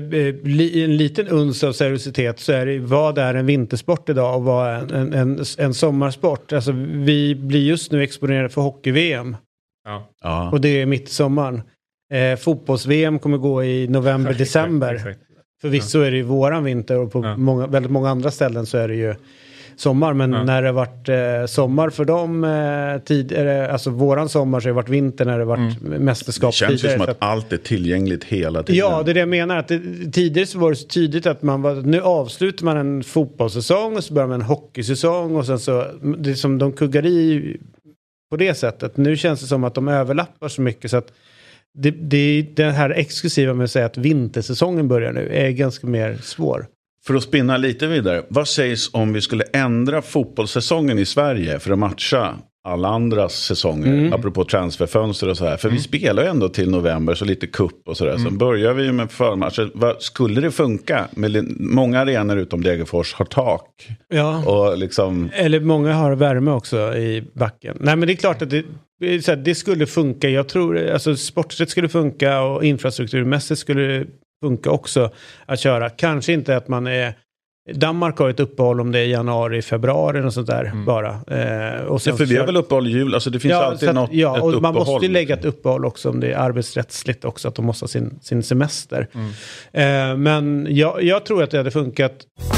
eh, en liten uns av seriositet, så är det vad är en vintersport idag och vad är en, en, en sommarsport. Alltså vi blir just nu exponerade för hockey-V M. Ja. Ja. Och det är mitt i sommaren. Eh, Fotbolls-V M kommer gå i november, december. Exakt, exakt. Förvisso ja. är det ju våran vinter och på ja. många, väldigt många andra ställen så är det ju sommar, men ja. när det har varit eh, sommar för dem eh, tid, eh, alltså våran sommar, så har det varit vinter när det har varit mm. mästerskap. Det känns tidigare, ju som att, att allt är tillgängligt hela tiden. Ja, det är det jag menar. Att det, tidigare så var det så tydligt att man var, nu avslutar man en fotbollssäsong och så börjar man en hockeysäsong och sen så, det är som de kuggar i på det sättet. Nu känns det som att de överlappar så mycket så att det, det, det här exklusiva med att säga att vintersäsongen börjar nu är ganska mer svår. För att spinna lite vidare, vad sägs om vi skulle ändra fotbollssäsongen i Sverige för att matcha alla andras säsonger, Mm. apropå transferfönster och så här. För mm. vi spelar ju ändå till november, så lite kupp och sådär. Mm. Sen börjar vi ju med förmatcher. Vad, skulle det funka? Med många arenor utom Degerfors har tak. Ja. Och liksom... Eller många har värme också i backen. Nej, men det är klart att det, så här, det skulle funka. Jag tror, alltså sportsligt skulle funka och infrastrukturmässigt skulle det funka också att köra. Kanske inte att man är... Danmark har ett uppehåll om det är januari, februari och sånt där mm. bara. Eh, och sen ja, för vi har väl uppehåll i jul, alltså det finns ja, alltid att, något, ja, ett och uppehåll. Man måste ju lägga ett uppehåll också om det är arbetsrättsligt också, att de måste ha sin, sin semester. Mm. Eh, men jag, jag tror att det hade funkat.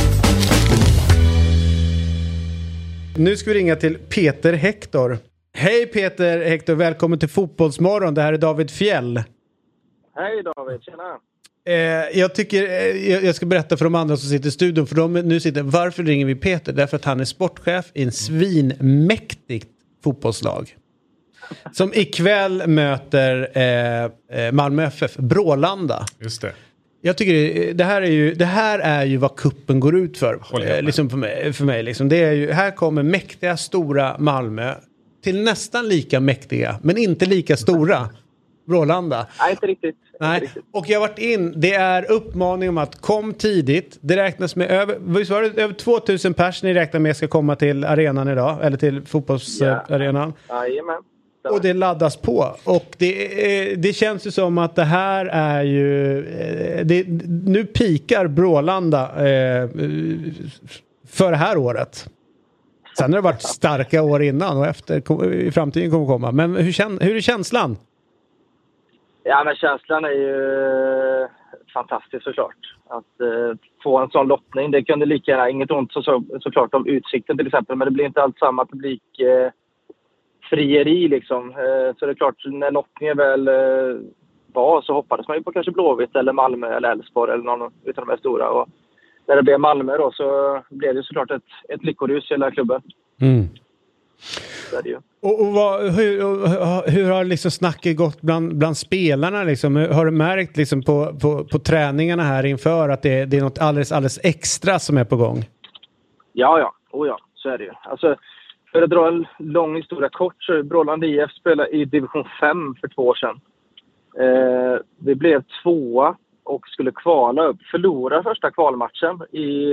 Nu ska vi ringa till Peter Hector. Hej Peter Hector, välkommen till Fotbollsmorgon. Det här är David Fjäll. Hej David, tjena. Eh, jag tycker eh, jag, jag ska berätta för de andra som sitter i studion, för de nu sitter, varför ringer vi Peter? Därför att han är sportchef i en svinmäktigt fotbollslag som ikväll möter eh, Malmö F F, Brålanda. Just det. Jag tycker det, det här är ju det här är ju vad kuppen går ut för. Eh, liksom för mig, för mig liksom. Det är ju, här kommer mäktiga stora Malmö till nästan lika mäktiga, men inte lika stora Brålanda. Nej, inte riktigt. Nej. Inte riktigt. Och jag har varit in, det är uppmaning om att kom tidigt. Det räknas med över, visst var det över tvåtusen pers ni räknar med ska komma till arenan idag, eller till fotbollsarenan. Ja. Jajamän. Och det laddas på. Och det, det känns ju som att det här är ju... Det, nu pikar Brålanda eh, för det här året. Sen har det varit starka år innan och efter i framtiden kommer komma. Men hur, kän, hur är känslan? Ja, men känslan är ju fantastisk såklart. Att eh, få en sån lottning, det kunde lika gärna, inget ont så, så, såklart om Utsikten till exempel, men det blir inte alls samma publik eh, frieri liksom. Eh, så det är klart, när lottningen väl eh, var så hoppades man ju på kanske Blåvitt eller Malmö eller Elfsborg eller någon utav de här stora. Och när det blev Malmö då så blev det såklart ett, ett lyckorus i hela klubben. Mm. Så är det ju. Och, och vad, hur, och, hur har liksom snacket gått bland, bland spelarna? Liksom? Har du märkt liksom på, på, på träningarna här inför att det, det är något alldeles, alldeles extra som är på gång? Ja, ja. Oh, ja. Så är det ju. Alltså, för att dra en lång historia kort så Brålanda I F spelade i division fem för två år sedan. Eh, vi blev tvåa och skulle kvala upp. Förlora första kvalmatchen i,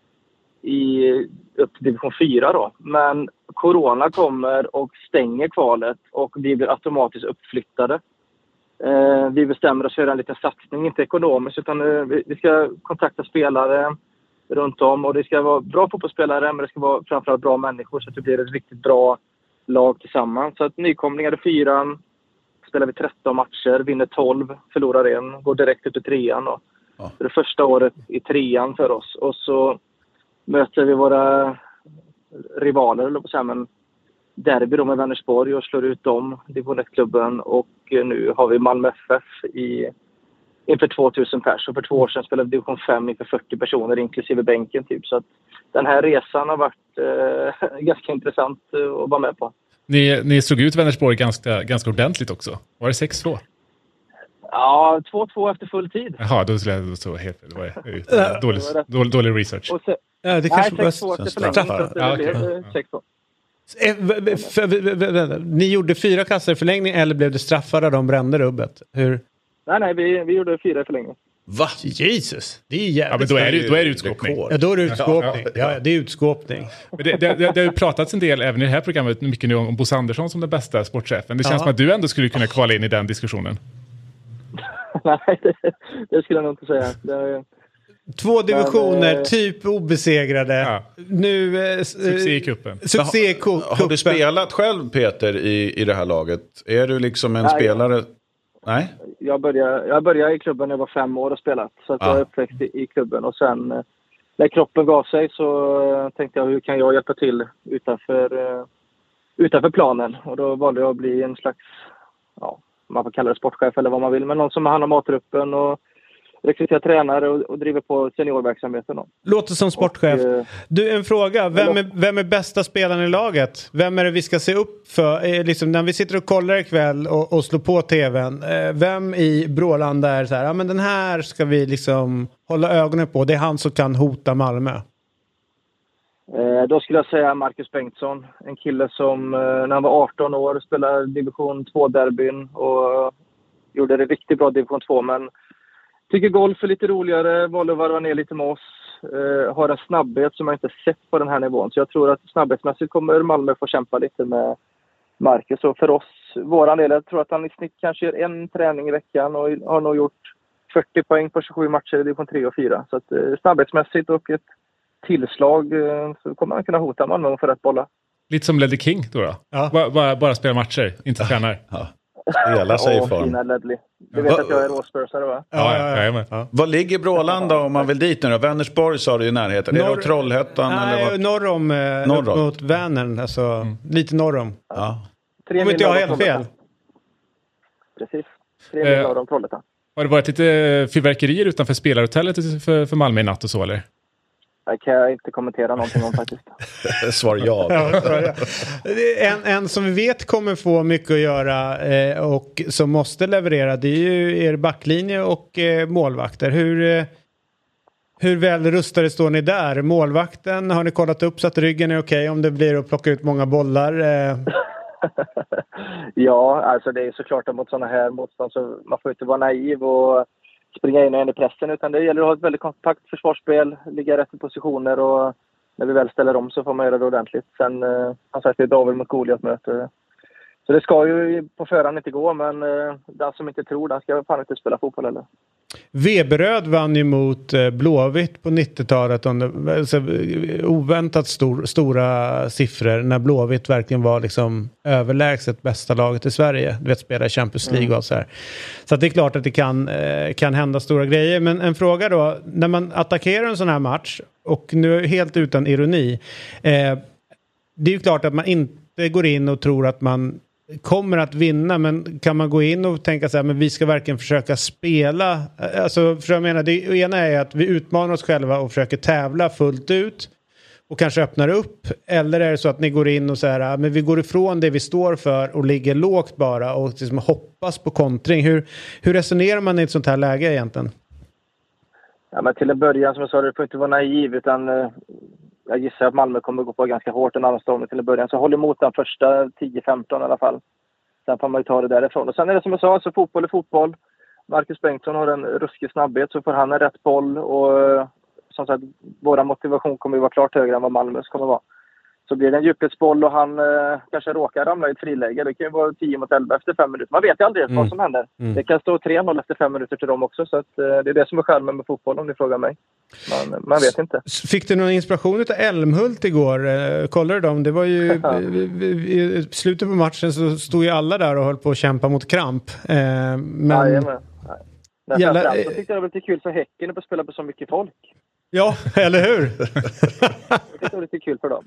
i upp till division fyra då. Men corona kommer och stänger kvalet och vi blir automatiskt uppflyttade. Eh, vi bestämmer oss för en liten satsning, inte ekonomiskt, utan eh, vi, vi ska kontakta spelare runt om och det ska vara bra fotbollsspelare, men det ska vara framförallt bra människor så att det blir ett riktigt bra lag tillsammans. Så att nykomlingar i fyran spelar vi tretton matcher, vinner tolv, förlorar en, går direkt ut i trean då. Ja. Det är det första året i trean för oss och så möter vi våra rivaler, eller på så här, men derby då med Vänersborg och slår ut dem, division ett-klubben, och nu har vi Malmö F F i, inför tvåtusen pers, och för två år sedan spelade vi division fem inför fyrtio personer inklusive bänken typ, så att den här resan har varit eh, ganska intressant eh, att vara med på. Ni, ni slog ut Vänersborg ganska, ganska ordentligt också. Var det sex två? Ja, två två efter full tid. Jaha, då skulle jag så helt fel. Det var äh, dålig, dålig, dålig research. Och så, ja, det nej, sex två efter förlängning. Ja, okay. sex två. Ni gjorde fyra kassar i förlängning eller blev det straffade de brände rubbet? Hur? Nej, nej, vi, vi gjorde fyra i förlängning. Va? Jesus, det är jävligt. Ja, men då är det, då är det utskåpning. Ja, då är det utskåpning. Ja, ja, det är utskåpning. Men det, det, det, det har ju pratats en del även i det här programmet mycket nu om Bosse Andersson som den bästa sportchefen. Det känns ja. som att du ändå skulle kunna kvala in i den diskussionen. Nej, det, det skulle jag nog inte säga. Det är... Två divisioner, men, eh... typ obesegrade. Ja. Nu, eh, succé i kuppen. Succé i kuppen. Har du spelat själv, Peter, i, i det här laget? Är du liksom en Nej, spelare... Jag... Nej? Jag började, jag började i klubben när jag var fem år och spelat. Så att ah. jag är uppväxt i, i klubben. Och sen när kroppen gav sig så tänkte jag, hur kan jag hjälpa till utanför, uh, utanför planen? Och då valde jag att bli en slags, ja, man får kalla det sportchef eller vad man vill. Men någon som har hand om matgruppen och rekryterar tränare och, och driver på seniorverksamheten. Då. Låter som sportchef. Och, du, en fråga. Vem är, vem är bästa spelaren i laget? Vem är det vi ska se upp för? Eh, liksom, när vi sitter och kollar ikväll och, och slår på tvn. Eh, vem i Brålanda är så här, ja men den här ska vi liksom hålla ögonen på. Det är han som kan hota Malmö. Eh, då skulle jag säga Marcus Bengtsson. En kille som eh, när han var arton år spelade division två-derbyn och gjorde det riktigt bra division två. Men tycker golf är lite roligare, valde att varva ner lite med oss. Eh, har en snabbhet som jag inte sett på den här nivån. Så jag tror att snabbhetsmässigt kommer Malmö få kämpa lite med Marcus. Och för oss, våran del, jag tror att han i snitt kanske gör en träning i veckan och har nog gjort fyrtio poäng på tjugosju matcher i division tre och fyra. Så att, eh, snabbhetsmässigt och ett tillslag eh, så kommer han kunna hota Malmö och få rätt bollar. Lite som Ledley King då då? Ja. Bara, bara, bara spela matcher, inte tränar. Ja. Hela sig i form. Fina Ledley. Du vet Va- att jag är råspursare, va? Ja, ja, ja, ja, ja. Vad ligger Brålanda om man vill dit nu då? Vänersborg sa du i närheten. Norr... Är det Trollhättan? Nej, eller vad? norr om, eh, norr upp mot Vänern. Alltså, mm. Lite norr om. Ja. Tre om inte jag har helt fel. Precis. Tre mil norr om Trollhättan. Har det varit lite fyrverkerier utanför spelarhotellet för, för Malmö i natt och så, eller? Det kan jag inte kommentera någonting om faktiskt. Svar ja. ja en, en som vi vet kommer få mycket att göra eh, och som måste leverera, det är ju er backlinje och eh, målvakter. Hur, eh, hur väl rustade står ni där? Målvakten, har ni kollat upp så att ryggen är okej om det blir att plocka ut många bollar? Eh? Ja, alltså det är såklart att mot sådana här motstånd så man får inte vara naiv och springa in i pressen, utan det gäller att ha ett väldigt kompakt försvarsspel, ligga rätt i positioner och när vi väl ställer om så får man göra det ordentligt. Sen, eh, han sagt det är David mot Goliat möte. Så det ska ju på förhand inte gå, men eh, den som inte tror, den ska fan inte spela fotboll eller. Veberöd vann ju mot Blåvitt på nittiotalet under alltså, oväntat stor, stora siffror när Blåvitt verkligen var liksom överlägset bästa laget i Sverige. Du vet, spela i Champions League mm. och så här. Så att det är klart att det kan, eh, kan hända stora grejer. Men en fråga då, när man attackerar en sån här match och nu helt utan ironi, eh, det är ju klart att man inte går in och tror att man kommer att vinna, men kan man gå in och tänka så här, men vi ska verkligen försöka spela, alltså för jag menar, det ena är att vi utmanar oss själva och försöker tävla fullt ut och kanske öppnar upp, eller är det så att ni går in och så här, men vi går ifrån det vi står för och ligger lågt bara och liksom hoppas på kontring. Hur, hur resonerar man i ett sånt här läge egentligen? Ja, men till en början, som jag sa, det får inte vara naiv, utan uh, jag gissar att Malmö kommer gå på ganska hårt en annan storm till en början. Så håll emot den första tio femton i alla fall. Sen får man ju ta det därifrån. Och sen är det som jag sa, så fotboll är fotboll. Marcus Bengtsson har en ruskig snabbhet, så får han en rätt boll. Och uh, som sagt, våra motivation kommer ju vara klart högre än vad Malmös kommer vara. Så blir det en djupledsboll och han eh, kanske råkar ramla i ett friläge. Det kan ju vara tio mot elva efter fem minuter. Man vet ju aldrig mm. vad som händer. Mm. Det kan stå tre noll efter fem minuter till dem också. Så att, eh, det är det som är skärmen med fotboll om ni frågar mig. Man, man vet inte. Fick du någon inspiration av Älmhult igår? Eh, kollade du dem? Det var ju i slutet på matchen så stod ju alla där och höll på att kämpa mot kramp. Eh, men... Jajamän. Nej. Jävla... Jag tyckte det var lite kul för Häcken att spela på så mycket folk. Ja, eller hur? Jag tyckte det var lite kul för dem.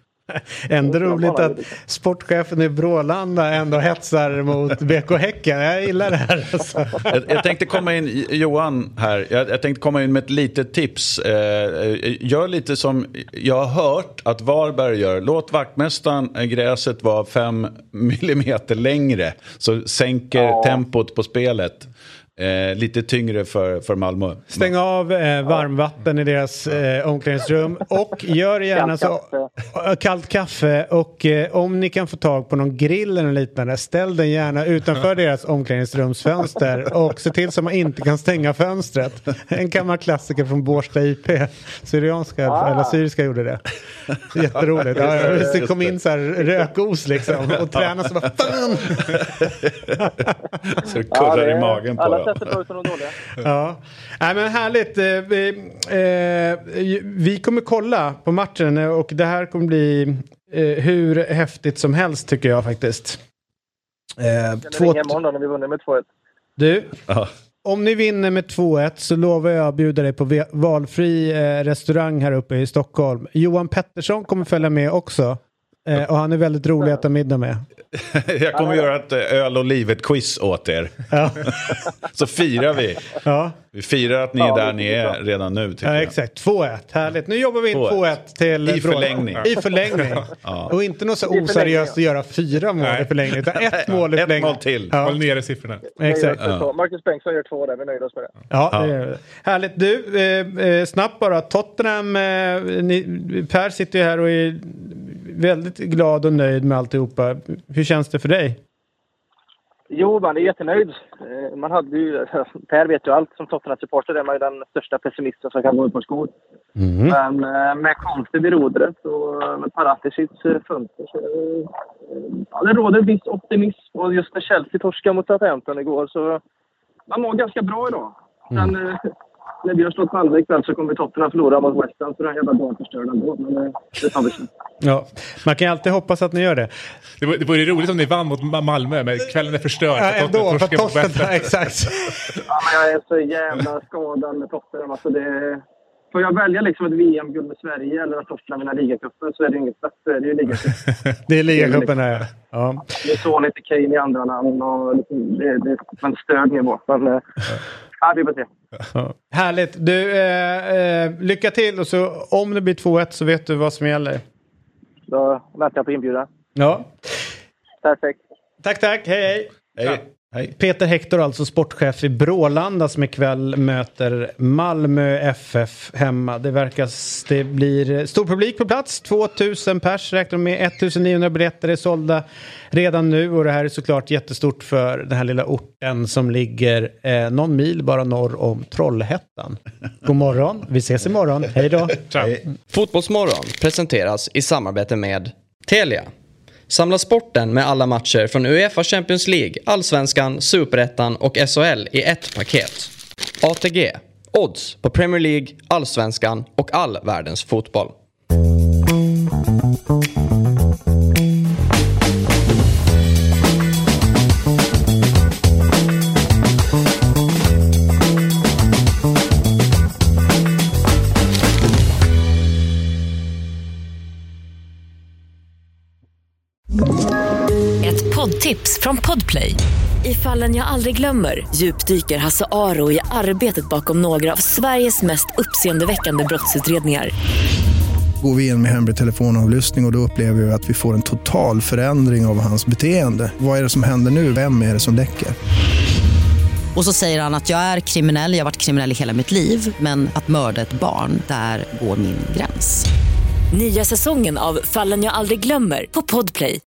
Ändå roligt att sportchefen i Brålanda ändå hetsar mot B K Häcken. Jag gillar det här. Alltså. Jag, jag tänkte komma in, Johan här, jag, jag tänkte komma in med ett litet tips. Eh, gör lite som jag har hört att Varberg gör. Låt vaktmästaren gräset vara fem millimeter längre, så sänker ja. tempot på spelet. Eh, lite tyngre för, för Malmö. Stäng av eh, varmvatten i deras eh, omklädningsrum och gör gärna kallt så kaffe. kallt kaffe och eh, om ni kan få tag på någon grill eller liknande, ställ den gärna utanför deras omklädningsrumsfönster och se till så man inte kan stänga fönstret. En gammal klassiker från Bårsta I P. Syrianska ah. eller syriska gjorde det. Jätteroligt. Ja, det kom in så här rökos liksom och träna så bara fan! Så det kurrar ja, i magen på alla. Ja, nej, men härligt. Vi, eh, vi kommer kolla på matchen och det här kommer bli eh, hur häftigt som helst tycker jag faktiskt. Eh, kan två... ringa imorgon då när vi vinner med två ett? Du, ja. Om ni vinner med två ett så lovar jag att bjuda dig på valfri eh, restaurang här uppe i Stockholm. Johan Pettersson kommer följa med också. Eh, och han är väldigt rolig att äta middag med. Jag kommer göra ett öl och livet-quiz åt er. Ja. Så firar vi. Ja. Vi firar att ni är där ni är redan nu. Ja, exakt. två ett. Härligt. Nu jobbar vi in två ett till... I förlängning. I förlängning. Ja. Och inte något så oseriöst att göra fyra mål i förlängning. Utan ett mål i förlängning. Ett mål till. Ja. Håll nere siffrorna. Exakt. Ja. Marcus Bengtsson gör två där. Vi nöjde oss med det. Ja, ja. Det är det. Härligt. Du, eh, snabbt bara. Tottenham, eh, ni, Per sitter ju här och är väldigt glad och nöjd med alltihopa. Hur känns det för dig? Jo, man är jättenöjd. Man hade ju, Per vet ju allt som Tottenham-supporter, är man ju den största pessimisten som kan gå ut på skor. Mm. Men med Conte vid rodret och med Paratici fönster så ja, det råder viss optimism. Och just när Chelsea torskade mot Southampton igår så man mår ganska bra idag. Sen mm. när vi har stått halva ikväll så kommer Tottenham förlora mot West Ham så den jävla dagen förstörd ändå. Men det tar vi sen. Ja, man kan alltid hoppas att ni gör det. Det vore, det vore roligt om ni vann mot Malmö, men kvällen är förstörd. Ja, ändå, för Tottenham, exakt. Ja, men jag är så jävla skadad med Tottenham. Alltså det... Får jag välja liksom ett V M-guld med Sverige eller att Tottenham vinna ligacupen så är det inget bättre. Det är ju ligacupen. Det är ligacupen här, ja. Det är så lite Kane i andra namn och det, det är en stöd nivå. Men ja, ja vi får se. Ja. Härligt. Du, eh, eh, lycka till och så om det blir två ett så vet du vad som gäller. Då väntar jag på inbjudan. Ja. Perfekt. Tack, tack. Hej, hej. Hej. Hej. Peter Hector, alltså sportchef i Brålanda, som ikväll möter Malmö F F hemma. Det verkar det blir stor publik på plats. tvåtusen pers räknar med. ettusen biljetter är sålda redan nu. Och det här är såklart jättestort för den här lilla orten som ligger eh, någon mil bara norr om Trollhättan. God morgon. Vi ses imorgon. Hej då. Fotbollsmorgon presenteras i samarbete med Telia. Samla sporten med alla matcher från UEFA Champions League, Allsvenskan, Superettan och S H L i ett paket. A T G. Odds på Premier League, Allsvenskan och all världens fotboll. Poddtips från Podplay. I Fallen jag aldrig glömmer djupdyker Hasse Aro i arbetet bakom några av Sveriges mest uppseendeväckande brottsutredningar. Går vi in med hemlig telefonavlyssning och då upplever vi att vi får en total förändring av hans beteende. Vad är det som händer nu? Vem är det som läcker? Och så säger han att jag är kriminell, jag har varit kriminell i hela mitt liv. Men att mörda ett barn, där går min gräns. Nya säsongen av Fallen jag aldrig glömmer på Podplay.